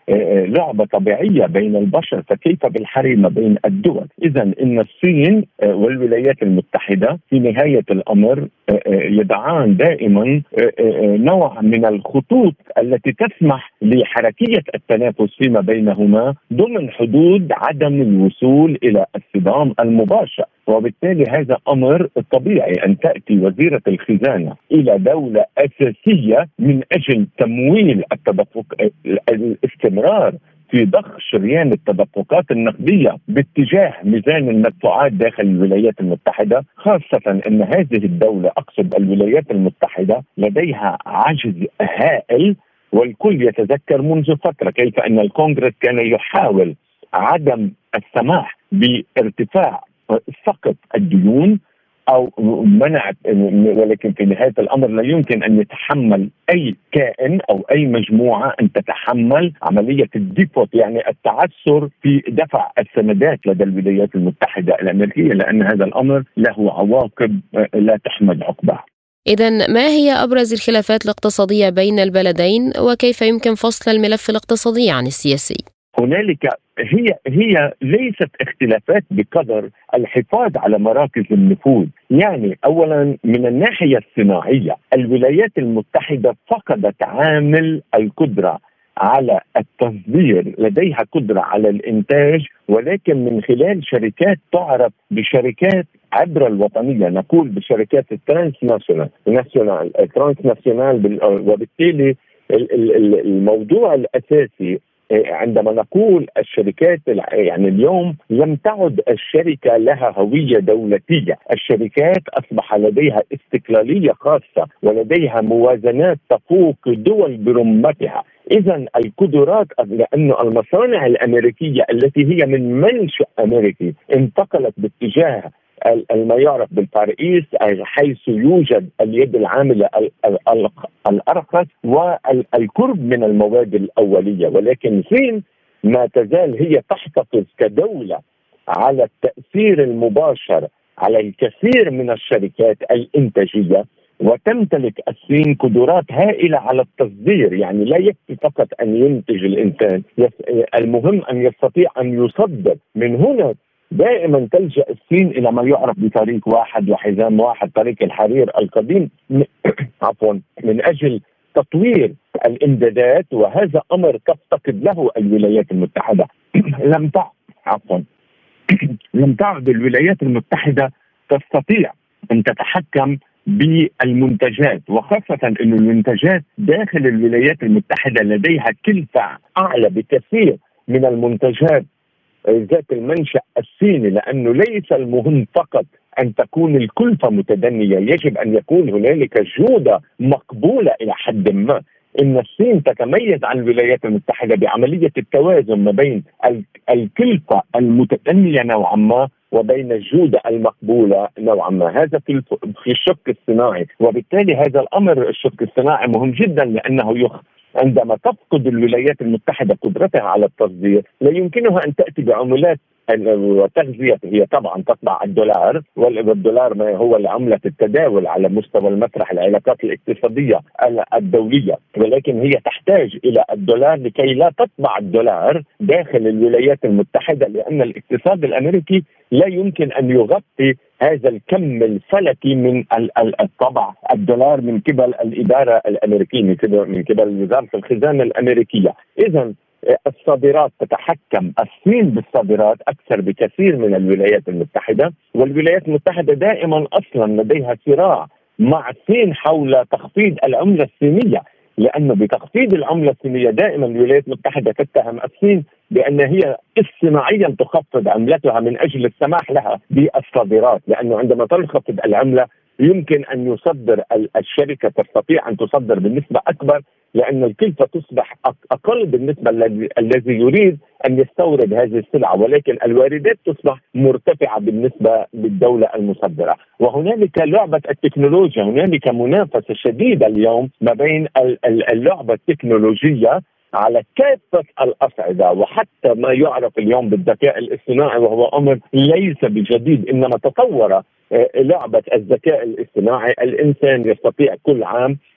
لعبة طبيعية بين البشر، فكيف بالحرب بين الدول؟ إذن إن الصين والولايات المتحدة في نهاية الأمر يضعان دائما نوع من الخطوط التي تسمح لحركية التنافس فيما بينهما ضمن حدود عدم الوصول إلى الصدام المباشر. وبالتالي هذا أمر طبيعي أن تأتي وزيرة الخزانة إلى دولة أساسية من أجل تمويل التدفق الاستمرار في ضخ شريان التدفقات النقدية باتجاه ميزان المدفوعات داخل الولايات المتحدة، خاصة أن هذه الدولة، أقصد الولايات المتحدة، لديها عجز هائل. والكل يتذكر منذ فترة كيف أن الكونغرس كان يحاول عدم السماح بارتفاع سقف الديون أو منع، ولكن في نهاية الأمر لا يمكن أن يتحمل أي كائن أو أي مجموعة أن تتحمل عملية الديفوت، يعني التعثر في دفع السندات لدى الولايات المتحدة الأمريكية، لأن هذا الأمر له عواقب لا تحمد عقباها. إذن ما هي أبرز الخلافات الاقتصادية بين البلدين، وكيف يمكن فصل الملف الاقتصادي عن السياسي؟ هنالك هي هي ليست اختلافات بقدر الحفاظ على مراكز النفوذ. يعني أولا من الناحية الصناعية الولايات المتحدة فقدت عامل القدرة على التصدير، لديها قدرة على الإنتاج، ولكن من خلال شركات تعرف بشركات عبر الوطنية، نقول بشركات الترانس ناسيونال ناسيونال ترانس ناسيونال. وبالتالي الموضوع الأساسي عندما نقول الشركات، يعني اليوم لم تعد الشركة لها هوية دولتية، الشركات أصبح لديها استقلالية خاصة ولديها موازنات تفوق دول برمتها. إذن القدرات، لأن المصانع الأمريكية التي هي من منشأ أمريكي انتقلت باتجاه ما يعرف بالفار إيست، حيث يوجد اليد العاملة الأرخص والقرب من المواد الأولية. ولكن الصين ما تزال هي تحتفظ كدولة على التأثير المباشر على الكثير من الشركات الإنتاجية، وتمتلك الصين قدرات هائلة على التصدير. يعني لا يكفي فقط أن ينتج الإنسان، المهم أن يستطيع أن يصدر. من هنا دائما تلجأ الصين إلى ما يعرف بطريق واحد وحزام واحد، طريق الحرير القديم عفوا من أجل تطوير الإمدادات، وهذا أمر تفتقد له الولايات المتحدة. لم تعد عفوا لم تعد الولايات المتحدة تستطيع أن تتحكم بالمنتجات، وخاصة أن المنتجات داخل الولايات المتحدة لديها كلفة أعلى بكثير من المنتجات ذات المنشأ الصيني، لأنه ليس المهم فقط أن تكون الكلفة متدنية، يجب أن يكون هنالك جودة مقبولة إلى حد ما. إن الصين تتميز عن الولايات المتحدة بعملية التوازن ما بين الكلفة المتدنية نوعا ما وبين الجودة المقبولة نوعا ما، هذا في الشق الصناعي. وبالتالي هذا الأمر الشق الصناعي مهم جدا، لأنه يخ عندما تفقد الولايات المتحدة قدرتها على التصدير لا يمكنها أن تأتي بعملات وتغذية. هي طبعا تطبع الدولار، والدولار ما هو العملة التداول على مستوى المسرح العلاقات الاقتصادية الدولية، ولكن هي تحتاج إلى الدولار لكي لا تطبع الدولار داخل الولايات المتحدة، لأن الاقتصاد الأمريكي لا يمكن أن يغطي هذا الكم الفلكي من الطبع الدولار من قبل الإدارة الأمريكية، من قبل وزارة الخزانة الأمريكية. إذن الصادرات تتحكم الصين بالصادرات أكثر بكثير من الولايات المتحدة، والولايات المتحدة دائما أصلا لديها صراع مع الصين حول تخفيض العملة الصينية، لأنه بتخفيض العملة الصينية دائما الولايات المتحدة تتهم الصين بأن هي اصطناعيا تخفض عملتها من أجل السماح لها بالصادرات، لأنه عندما تنخفض العملة يمكن أن يصدر الشركة، تستطيع أن تصدر بالنسبة أكبر، لأن الكلفة تصبح أقل بالنسبة الذي يريد أن يستورد هذه السلعة، ولكن الواردات تصبح مرتفعة بالنسبة للدولة المصدرة. وهنالك لعبة التكنولوجيا، هنالك منافسة شديدة اليوم ما بين اللعبة التكنولوجية على كافة الأصعدة، وحتى ما يعرف اليوم بالذكاء الاصطناعي، وهو أمر ليس بجديد، إنما تطور لعبة الذكاء الاصطناعي. الإنسان يستطيع كل عام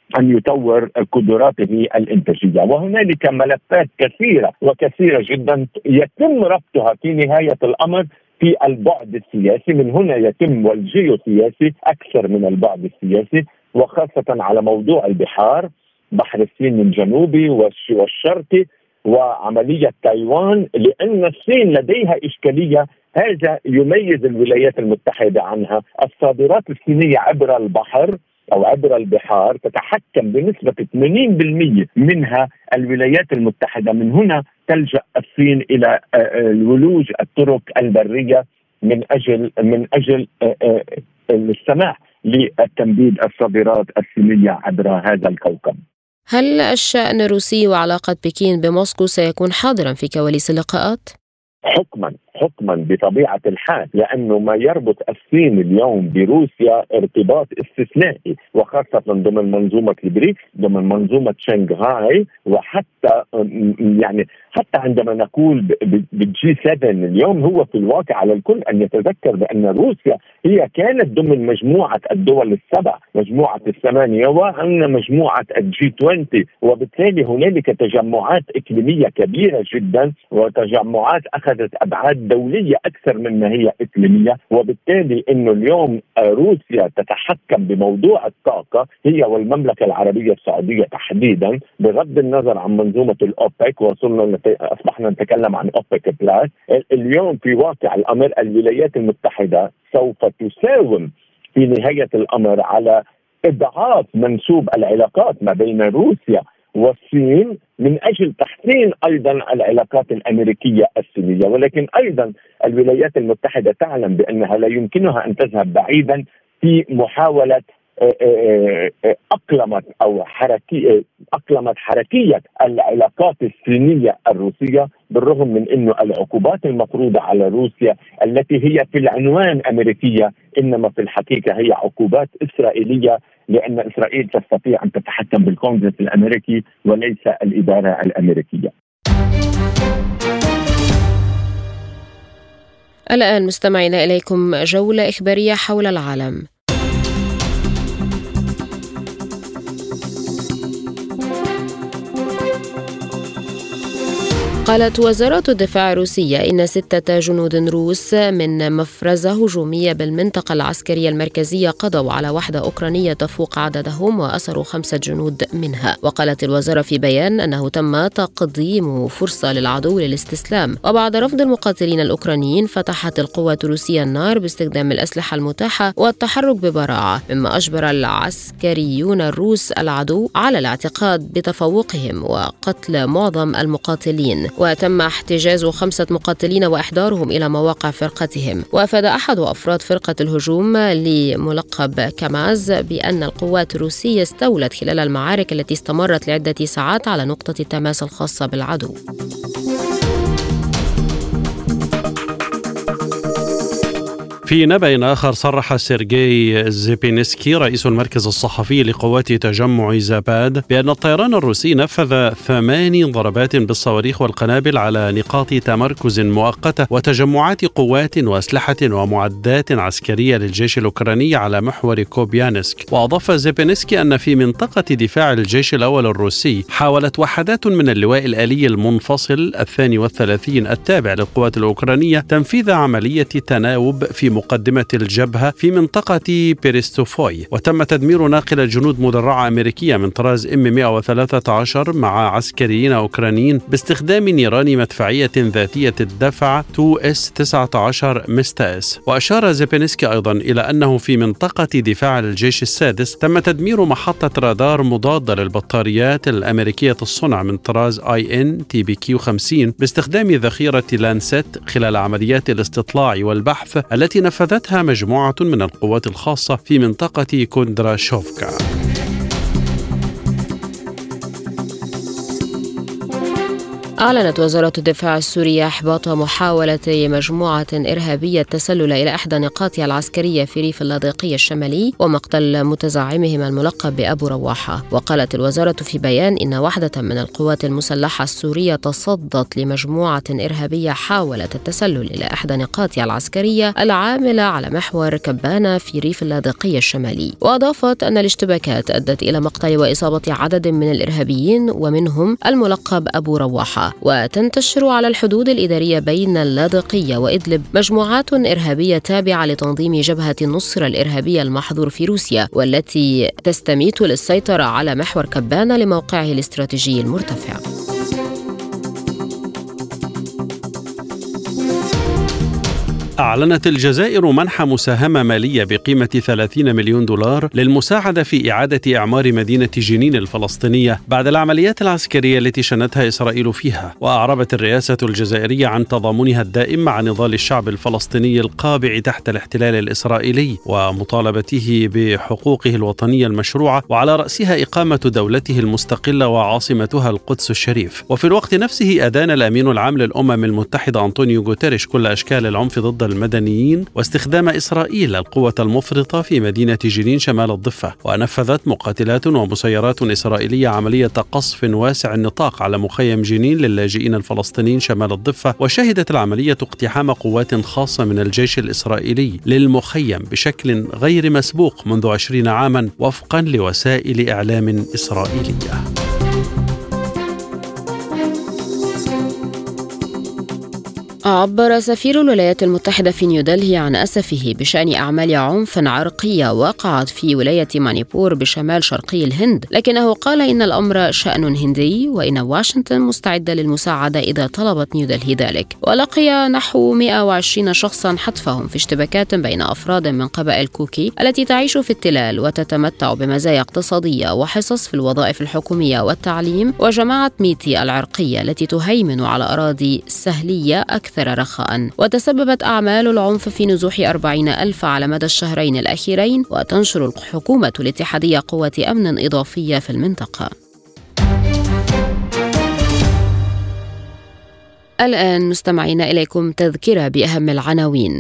أن يطور قدراته الإنتاجية. وهنالك ملفات كثيرة وكثيرة جدا يتم ربطها في نهاية الأمر في البعد السياسي. من هنا يتم والجيوسياسي أكثر من البعد السياسي، وخاصة على موضوع البحار، بحر الصين الجنوبي والشرقي وعملية تايوان، لأن الصين لديها إشكالية هذا يميز الولايات المتحدة عنها. الصادرات الصينية عبر البحر أو عبر البحار تتحكم بنسبة ثمانين بالمئة منها الولايات المتحدة. من هنا تلجأ الصين إلى الولوج الطرق البرية من أجل من أجل السماح للتمديد الصادرات الصينية عبر هذا الكوكب. هل الشأن الروسي وعلاقة بكين بموسكو سيكون حاضرا في كواليس اللقاءات؟ حكما حكما بطبيعة الحال، لأنه ما يربط الصين اليوم بروسيا ارتباط استثنائي، وخاصة ضمن منظومة البريكس، ضمن منظومة شنغهاي، وحتى يعني حتى عندما نقول بالجي سبعة اليوم، هو في الواقع على الكل أن يتذكر بأن روسيا هي كانت ضمن مجموعة الدول السبع، مجموعة الثمانية، وأن مجموعة الجي عشرين، وبالتالي هنالك تجمعات إقليمية كبيرة جدا، وتجمعات أخذت أبعاد دولية أكثر من ما هي إقليمية. وبالتالي إنه اليوم روسيا تتحكم بموضوع الطاقة، هي والمملكة العربية السعودية تحديدا، بغض النظر عن منظومة الأوبك، وصلنا أصبحنا نتكلم عن أوبك بلاس. اليوم في واقع الأمر الولايات المتحدة سوف تساوم في نهاية الأمر على إضعاف منسوب العلاقات ما بين روسيا والصين من أجل تحسين أيضا العلاقات الأمريكية الصينية. ولكن أيضا الولايات المتحدة تعلم بأنها لا يمكنها أن تذهب بعيدا في محاولة أقلمت أو حركية أقلمت حركية العلاقات الصينية الروسية، بالرغم من أنه العقوبات المفروضة على روسيا التي هي في العنوان أمريكية، إنما في الحقيقة هي عقوبات إسرائيلية، لأن إسرائيل تستطيع أن تتحكم بالكونغرس الأمريكي وليس الإدارة الأمريكية. الآن مستمعين إليكم جولة إخبارية حول العالم. قالت وزارة الدفاع الروسية إن ستة جنود روس من مفرزة هجومية بالمنطقة العسكرية المركزية قضوا على وحدة أوكرانية تفوق عددهم وأسروا خمسة جنود منها. وقالت الوزارة في بيان أنه تم تقديم فرصة للعدو للاستسلام، وبعد رفض المقاتلين الأوكرانيين فتحت القوات الروسية النار باستخدام الأسلحة المتاحة والتحرك ببراعة، مما أجبر العسكريون الروس العدو على الاعتقاد بتفوقهم وقتل معظم المقاتلين. وتم احتجاز خمسة مقاتلين وإحضارهم إلى مواقع فرقتهم. وأفاد أحد أفراد فرقة الهجوم لملقب كاماز بأن القوات الروسية استولت خلال المعارك التي استمرت لعدة ساعات على نقطة التماس الخاصة بالعدو. في نبأ آخر، صرح سيرجي زيبينسكي رئيس المركز الصحفي لقوات تجمع زاباد بأن الطيران الروسي نفذ ثماني ضربات بالصواريخ والقنابل على نقاط تمركز مؤقتة وتجمعات قوات وأسلحة ومعدات عسكرية للجيش الأوكراني على محور كوبيانسك. وأضاف زيبينسكي أن في منطقة دفاع الجيش الأول الروسي حاولت وحدات من اللواء الآلي المنفصل الثاني والثلاثين التابع للقوات الأوكرانية تنفيذ عملية تناوب في مقدمة الجبهة في منطقة بيرستوفوي. وتم تدمير ناقلة جنود مدرعة أمريكية من طراز إم مئة وثلاثة عشر مع عسكريين أوكرانيين باستخدام نيران مدفعية ذاتية الدفع تو إس تسعة عشر مستاس. وأشار زيبينسكي أيضا إلى أنه في منطقة دفاع الجيش السادس تم تدمير محطة رادار مضادة للبطاريات الأمريكية الصنع من طراز آي إن تي بي كيو خمسين باستخدام ذخيرة لانسيت خلال عمليات الاستطلاع والبحث التي نفذتها مجموعة من القوات الخاصة في منطقة كوندراشوفكا. أعلنت وزارة الدفاع السورية إحباط محاولة مجموعة إرهابية التسلل إلى إحدى نقاطها العسكرية في ريف اللاذقية الشمالي ومقتل متزعمهم الملقب بأبو رواحة. وقالت الوزارة في بيان إن واحدة من القوات المسلحة السورية تصدت لمجموعة إرهابية حاولت التسلل إلى إحدى نقاطها العسكرية العاملة على محور كبانة في ريف اللاذقية الشمالي. وأضافت أن الاشتباكات أدت إلى مقتل وإصابة عدد من الإرهابيين ومنهم الملقب أبو رواحة. وتنتشر على الحدود الإدارية بين اللاذقية وإدلب مجموعات إرهابية تابعة لتنظيم جبهة النصرة الإرهابية المحظور في روسيا، والتي تستميت للسيطرة على محور كبانة لموقعه الاستراتيجي المرتفع. أعلنت الجزائر منح مساهمة مالية بقيمة ثلاثين مليون دولار للمساعدة في إعادة إعمار مدينة جنين الفلسطينية بعد العمليات العسكرية التي شنتها إسرائيل فيها. وأعربت الرئاسة الجزائرية عن تضامنها الدائم مع نضال الشعب الفلسطيني القابع تحت الاحتلال الإسرائيلي ومطالبته بحقوقه الوطنية المشروعة، وعلى رأسها إقامة دولته المستقلة وعاصمتها القدس الشريف. وفي الوقت نفسه أدان الأمين العام للأمم المتحدة أنطونيو غوتيريش كل أشكال العنف ضد المدنيين واستخدام إسرائيل القوة المفرطة في مدينة جنين شمال الضفة. ونفذت مقاتلات ومسيرات إسرائيلية عملية قصف واسع النطاق على مخيم جنين للاجئين الفلسطينيين شمال الضفة. وشهدت العملية اقتحام قوات خاصة من الجيش الإسرائيلي للمخيم بشكل غير مسبوق منذ عشرين عاما وفقا لوسائل إعلام إسرائيلية. عبر سفير الولايات المتحدة في نيودلهي عن أسفه بشأن أعمال عنف عرقية وقعت في ولاية مانيبور بشمال شرقي الهند، لكنه قال إن الأمر شأن هندي وإن واشنطن مستعدة للمساعدة إذا طلبت نيودلهي ذلك. ولقي نحو مئة وعشرين شخصا حتفهم في اشتباكات بين أفراد من قبائل كوكي التي تعيش في التلال وتتمتع بمزايا اقتصادية وحصص في الوظائف الحكومية والتعليم، وجماعة ميتي العرقية التي تهيمن على أراضي سهلية أكثر رخاء. وتسببت أعمال العنف في نزوح أربعين ألف على مدى الشهرين الأخيرين، وتنشر الحكومة الاتحادية قوة أمن إضافية في المنطقة. الآن مستمعين إليكم تذكرة بأهم العناوين.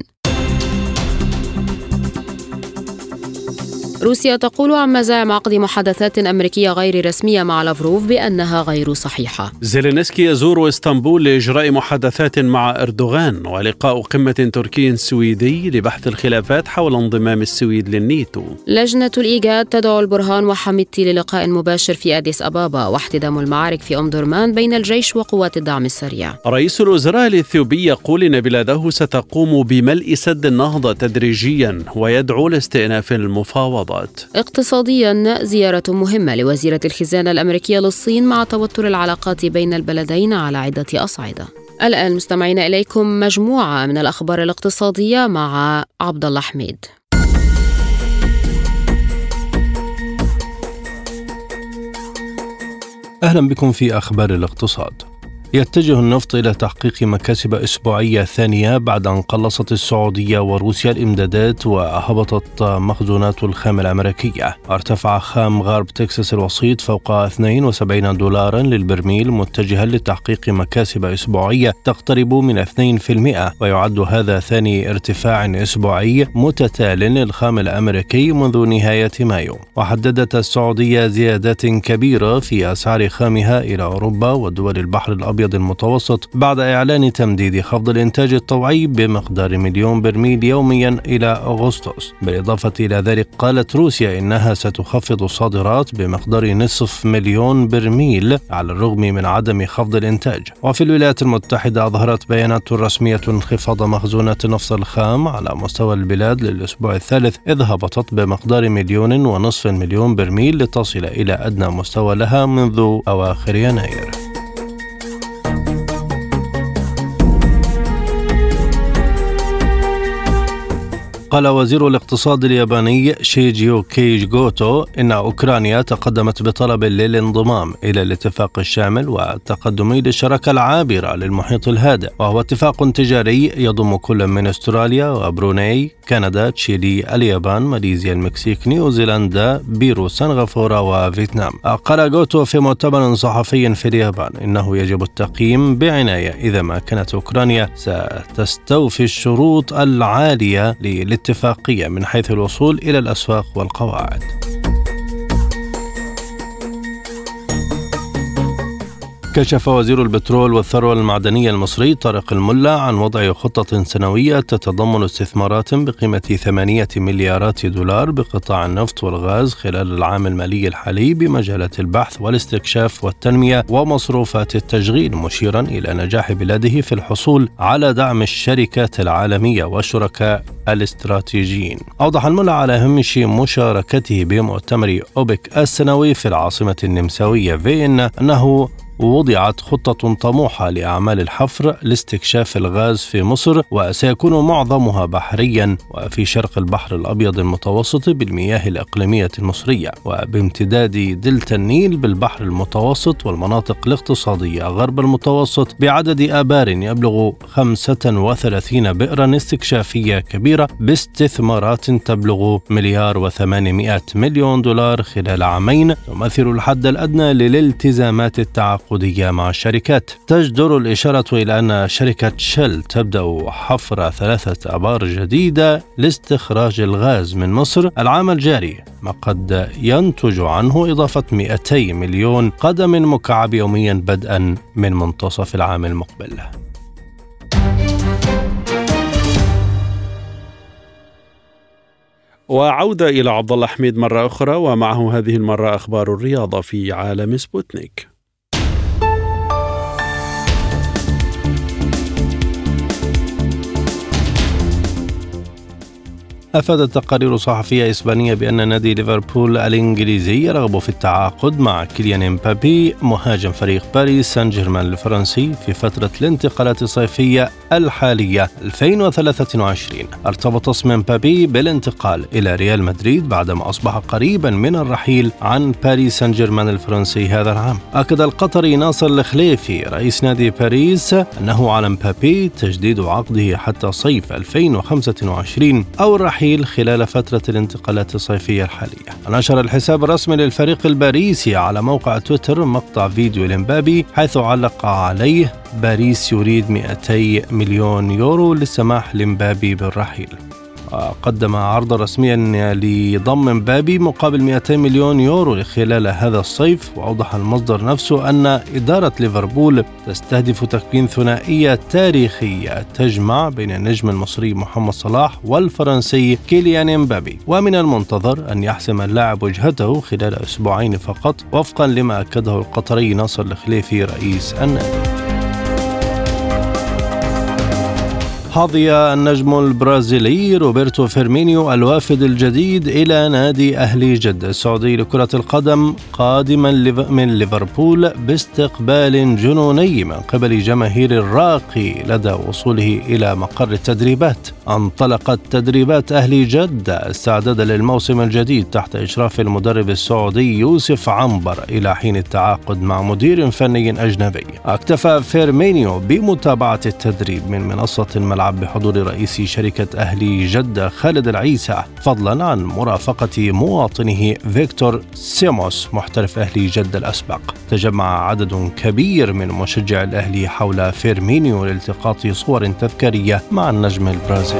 روسيا تقول عن مزاعم عقد محادثات أمريكية غير رسمية مع لافروف بأنها غير صحيحة. زيلينسكي يزور اسطنبول لإجراء محادثات مع أردوغان، ولقاء قمة تركي سويدي لبحث الخلافات حول انضمام السويد للناتو. لجنة الإيجاد تدعو البرهان وحميدتي للقاء مباشر في أديس أبابا، واحتدام المعارك في أم درمان بين الجيش وقوات الدعم السريع. رئيس الوزراء الإثيوبي يقول إن بلاده ستقوم بملء سد النهضة تدريجيا ويدعو لاستئناف المفاوضات. اقتصاديا، زيارة مهمة لوزيرة الخزانة الأمريكية للصين مع توتر العلاقات بين البلدين على عدة أصعدة. الآن مستمعين إليكم مجموعة من الأخبار الاقتصادية مع عبد الله حميد. أهلا بكم في أخبار الاقتصاد. يتجه النفط إلى تحقيق مكاسب أسبوعية ثانية بعد أن قلصت السعودية وروسيا الإمدادات وهبطت مخزونات الخام الأمريكية. ارتفع خام غرب تكساس الوسيط فوق اثنين وسبعين دولارا للبرميل، متجها لتحقيق مكاسب أسبوعية تقترب من اثنين بالمئة، ويعد هذا ثاني ارتفاع أسبوعي متتال للخام الأمريكي منذ نهاية مايو. وحددت السعودية زيادات كبيرة في أسعار خامها إلى أوروبا ودول البحر الأبيض المتوسط بعد إعلان تمديد خفض الإنتاج الطوعي بمقدار مليون برميل يوميا إلى أغسطس. بالإضافة إلى ذلك، قالت روسيا إنها ستخفض الصادرات بمقدار نصف مليون برميل على الرغم من عدم خفض الإنتاج. وفي الولايات المتحدة أظهرت بيانات رسمية انخفاض مخزونات النفط الخام على مستوى البلاد للأسبوع الثالث، إذ هبطت بمقدار مليون ونصف مليون برميل لتصل إلى أدنى مستوى لها منذ أواخر يناير. قال وزير الاقتصاد الياباني شيجيو كيجوتو إن أوكرانيا تقدمت بطلب للانضمام إلى الاتفاق الشامل والتقدمي للشراكة العابرة للمحيط الهادئ، وهو اتفاق تجاري يضم كل من استراليا وبروناي، كندا، تشيلي، اليابان، ماليزيا، المكسيك، نيوزيلندا، بيرو، سنغافورة وفيتنام. قال غوتو في مؤتمر صحفي في اليابان إنه يجب التقييم بعناية إذا ما كانت أوكرانيا ستستوفي الشروط العالية للاتفاقية من حيث الوصول إلى الأسواق والقواعد. كشف وزير البترول والثروة المعدنية المصري طارق الملا عن وضع خطة سنوية تتضمن استثمارات بقيمة ثمانية مليارات دولار بقطاع النفط والغاز خلال العام المالي الحالي بمجالات البحث والاستكشاف والتنمية ومصروفات التشغيل، مشيرا إلى نجاح بلاده في الحصول على دعم الشركات العالمية والشركاء الاستراتيجيين. أوضح الملا على هامش مشاركته بمؤتمر أوبك السنوي في العاصمة النمساوية فين أنه وضعت خطة طموحة لأعمال الحفر لاستكشاف الغاز في مصر، وسيكون معظمها بحريا وفي شرق البحر الأبيض المتوسط بالمياه الإقليمية المصرية، وبامتداد دلتا النيل بالبحر المتوسط والمناطق الاقتصادية غرب المتوسط بعدد آبار يبلغ خمسة وثلاثين بئرا استكشافية كبيرة باستثمارات تبلغ مليار وثمانمائة مليون دولار خلال عامين، تمثل الحد الأدنى للالتزامات التعاقدية مع الشركات. تجدر الإشارة إلى أن شركة شيل تبدأ حفر ثلاثة آبار جديدة لاستخراج الغاز من مصر العام الجاري، ما قد ينتج عنه إضافة مئتي مليون قدم مكعب يوميا بدءا من منتصف العام المقبل. وعودة إلى عبد الله حميد مرة أخرى، ومعه هذه المرة أخبار الرياضة في عالم سبوتنيك. أفادت تقارير صحفية إسبانية بأن نادي ليفربول الإنجليزي يرغب في التعاقد مع كيليان إمبابي مهاجم فريق باريس سان جيرمان الفرنسي في فترة الانتقالات الصيفية الحالية ألفين وثلاثة وعشرين. ارتبط اسم إمبابي بالانتقال إلى ريال مدريد بعدما أصبح قريبا من الرحيل عن باريس سان جيرمان الفرنسي هذا العام. أكد القطري ناصر الخليفي رئيس نادي باريس أنه على إمبابي تجديد عقده حتى صيف ألفين وخمسة وعشرين أو الرحيل خلال فترة الانتقالات الصيفية الحالية. نشر الحساب الرسمي للفريق الباريسي على موقع تويتر مقطع فيديو لإمبابي حيث علق عليه: باريس يريد مئتي مليون يورو للسماح لإمبابي بالرحيل. قدم عرضا رسميا لضم إمبابي مقابل مئتي مليون يورو خلال هذا الصيف. وأوضح المصدر نفسه أن إدارة ليفربول تستهدف تكوين ثنائية تاريخية تجمع بين النجم المصري محمد صلاح والفرنسي كيليان إمبابي، ومن المنتظر أن يحسم اللاعب وجهته خلال أسبوعين فقط وفقا لما أكده القطري ناصر الخليفي رئيس النادي. حظي النجم البرازيلي روبرتو فيرمينيو الوافد الجديد إلى نادي أهلي جدة السعودي لكرة القدم قادما من ليفربول باستقبال جنوني من قبل جماهير الراقي لدى وصوله إلى مقر التدريبات. انطلقت تدريبات أهلي جدة استعدادا للموسم الجديد تحت إشراف المدرب السعودي يوسف عنبر إلى حين التعاقد مع مدير فني أجنبي. اكتفى فيرمينيو بمتابعة التدريب من منصة الملعب بحضور رئيس شركة أهلي جدة خالد العيسى، فضلا عن مرافقة مواطنه فيكتور سيموس محترف أهلي جدة الأسبق. تجمع عدد كبير من مشجع الأهلي حول فيرمينيو لالتقاط صور تذكارية مع النجم البرازيلي.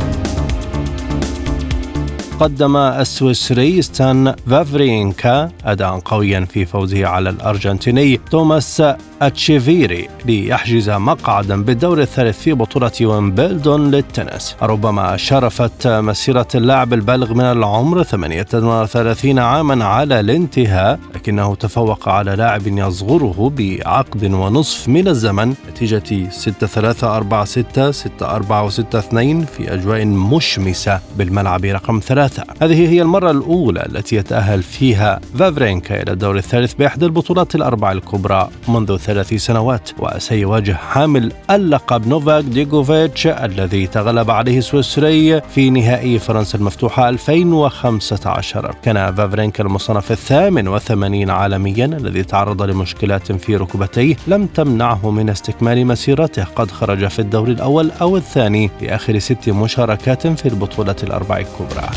قدم السويسري ستان فافرينكا أداء قويا في فوزه على الأرجنتيني توماس أتشيفيري ليحجز مقعدا بالدور الثالث في بطولة ويمبلدون للتنس. ربما شرفت مسيرة اللاعب البالغ من العمر ثمانية وثلاثين عاما على الانتهاء، لكنه تفوق على لاعب يصغره بعقد ونصف من الزمن نتيجة ستة ثلاثة أربعة ستة ستة أربعة وستة اثنين في أجواء مشمسة بالملعب رقم ثلاثة الثلاثاء. هذه هي المرة الأولى التي يتأهل فيها فافرينكا إلى الدور الثالث بإحدى البطولات الأربع الكبرى منذ ثلاث سنوات، وسيواجه حامل اللقب نوفاك ديجوفيتش الذي تغلب عليه السويسري في نهائي فرنسا المفتوحة ألفين وخمسة عشر. كان فافرينكا المصنف الثامن وثمانين عالميا الذي تعرض لمشكلات في ركبتيه لم تمنعه من استكمال مسيرته. قد خرج في الدور الأول أو الثاني في آخر ست مشاركات في البطولة الأربع الكبرى.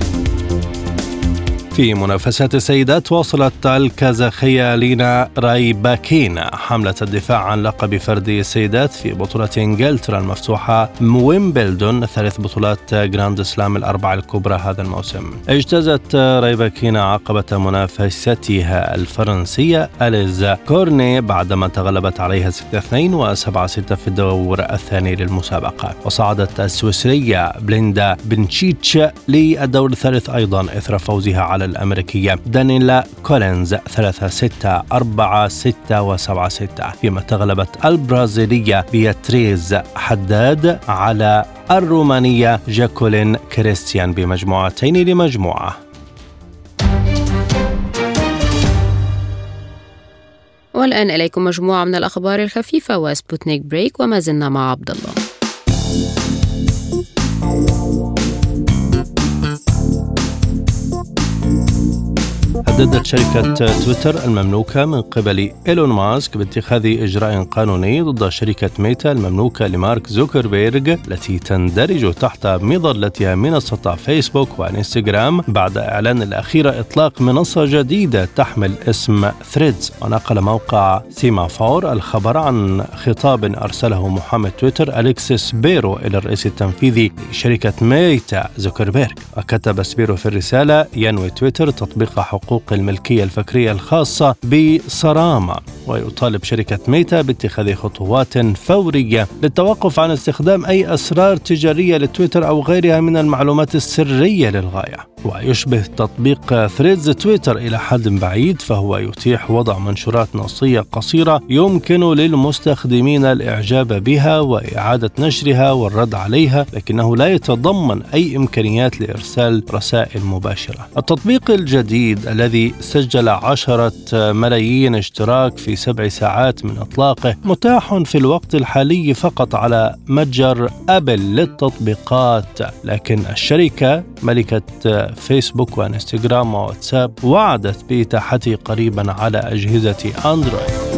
في منافسات السيدات واصلت الكازاخية لينا رايباكينا حملة الدفاع عن لقب فردي السيدات في بطولة إنجلترا المفتوحة ويمبلدون، ثالث بطولات جراند سلام الأربع الكبرى هذا الموسم. اجتازت رايباكينا عقبة منافستها الفرنسية أليز كورني بعدما تغلبت عليها ستة اثنين وسبعة ستة في الدور الثاني للمسابقة. وصعدت السويسرية بليندا بنشيتش للدور الثالث أيضا إثر فوزها على الأمريكية دانيلا كولينز ثلاثة ستة أربعة ستة وسبعة ستة، فيما تغلبت البرازيلية بياتريز حداد على الرومانية جاكولين كريستيان بمجموعتين لمجموعة. والآن إليكم مجموعة من الأخبار الخفيفة وسبوتنيك بريك، وما زلنا مع عبد الله. هددت شركة تويتر المملوكة من قبل إيلون ماسك باتخاذ إجراء قانوني ضد شركة ميتا المملوكة لمارك زوكربيرغ التي تندرج تحت مظلتها منصة فيسبوك وإنستغرام بعد إعلان الأخير إطلاق منصة جديدة تحمل اسم ثريدز. ونقل موقع سيمافور الخبر عن خطاب أرسله محامي تويتر أليكسيس بيرو إلى الرئيس التنفيذي لشركة ميتا زوكربيرغ. وكتب سبيرو في الرسالة: ينوي تويتر تطبيق حقوق الملكية الفكرية الخاصة بصرامة، ويطالب شركة ميتا باتخاذ خطوات فورية للتوقف عن استخدام أي أسرار تجارية لتويتر أو غيرها من المعلومات السرية للغاية. ويشبه تطبيق ثريدز تويتر إلى حد بعيد، فهو يتيح وضع منشورات نصية قصيرة يمكن للمستخدمين الإعجاب بها وإعادة نشرها والرد عليها، لكنه لا يتضمن أي إمكانيات لإرسال رسائل مباشرة. التطبيق الجديد الذي سجل عشرة ملايين اشتراك في سبع ساعات من إطلاقه متاح في الوقت الحالي فقط على متجر أبل للتطبيقات، لكن الشركة ملكة فيسبوك وانستغرام وواتساب وعدت بإتاحته قريبا على أجهزة أندرويد.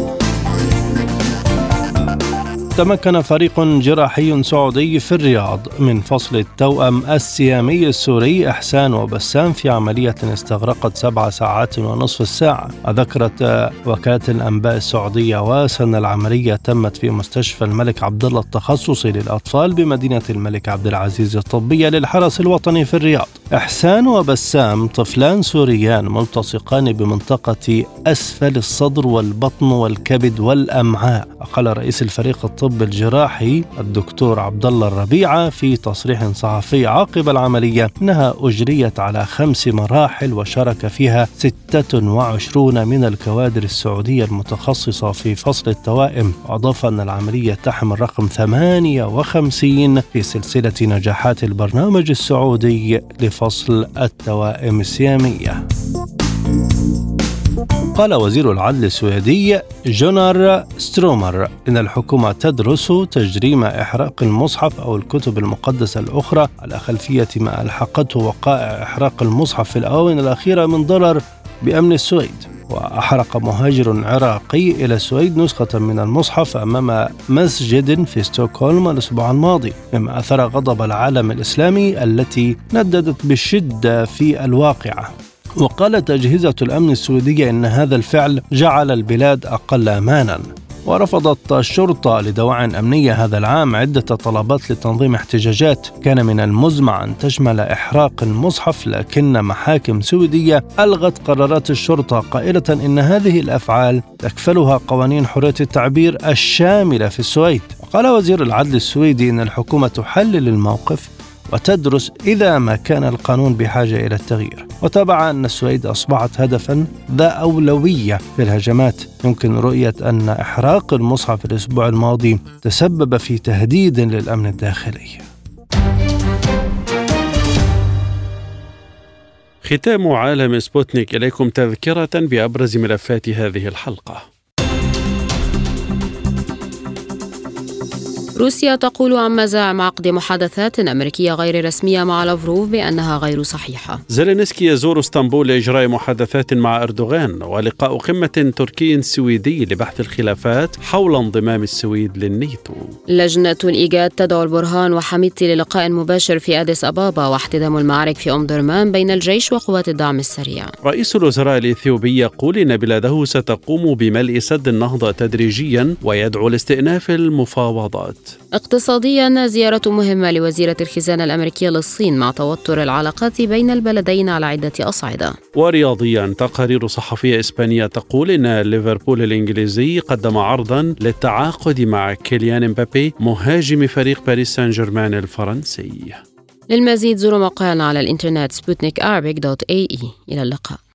تمكن فريق جراحي سعودي في الرياض من فصل التوأم السيامي السوري إحسان وبسام في عملية استغرقت سبع ساعات ونصف الساعة. وذكرت وكالة الأنباء السعودية واسا أن العملية تمت في مستشفى الملك عبد الله التخصصي للأطفال بمدينة الملك عبد العزيز الطبية للحرس الوطني في الرياض. إحسان وبسام طفلان سوريان ملتصقان بمنطقة أسفل الصدر والبطن والكبد والأمعاء. وقال رئيس الفريق الطب الجراحي الدكتور عبد الله الربيعة في تصريح صحفي عقب العملية أنها أجريت على خمس مراحل وشارك فيها ستة وعشرين من الكوادر السعودية المتخصصة في فصل التوائم. وأضاف أن العملية تحمل رقم ثمانية وخمسين في سلسلة نجاحات البرنامج السعودي لفصل التوائم السيامية. قال وزير العدل السويدي جونار سترومر إن الحكومة تدرس تجريم إحراق المصحف أو الكتب المقدسة الأخرى على خلفية ما ألحقته وقائع إحراق المصحف في الآونة الأخيرة من ضرر بأمن السويد. وأحرق مهاجر عراقي إلى السويد نسخة من المصحف أمام مسجد في ستوكهولم الأسبوع الماضي، مما أثار غضب العالم الإسلامي التي نددت بشدة في الواقعة. وقالت أجهزة الأمن السويدية إن هذا الفعل جعل البلاد أقل أمانا. ورفضت الشرطة لدواعٍ أمنية هذا العام عدة طلبات لتنظيم احتجاجات كان من المزمع أن تشمل إحراق المصحف، لكن محاكم سويدية ألغت قرارات الشرطة قائلة إن هذه الأفعال تكفلها قوانين حرية التعبير الشاملة في السويد. وقال وزير العدل السويدي إن الحكومة تحلل الموقف وتدرس إذا ما كان القانون بحاجة إلى التغيير. وتابع أن السويد أصبحت هدفا ذا أولوية في الهجمات. يمكن رؤية أن إحراق المصحف الأسبوع الماضي تسبب في تهديد للأمن الداخلي. ختام عالم سبوتنيك إليكم تذكرة بأبرز ملفات هذه الحلقة. روسيا تقول عن مزاعم عقد محادثات أمريكية غير رسمية مع لافروف بأنها غير صحيحة. زيلينسكي يزور اسطنبول لإجراء محادثات مع أردوغان، ولقاء قمة تركي سويدي لبحث الخلافات حول انضمام السويد للناتو. لجنة الإيجاد تدعو البرهان وحميدتي للقاء مباشر في أديس أبابا واحتدام المعارك في أم درمان بين الجيش وقوات الدعم السريع. رئيس الوزراء الإثيوبي يقول إن بلاده ستقوم بملء سد النهضة تدريجيا ويدعو لاستئناف المفاوضات. اقتصاديا، زيارة مهمة لوزيرة الخزانة الأمريكية للصين مع توتر العلاقات بين البلدين على عدة أصعدة. ورياضيا، تقارير صحفية إسبانية تقول إن ليفربول الإنجليزي قدم عرضا للتعاقد مع كيليان مبابي مهاجم فريق باريس سان جيرمان الفرنسي. للمزيد زوروا موقعنا على الإنترنت سبوتنيك أرابيك دوت إيه إي. إلى اللقاء.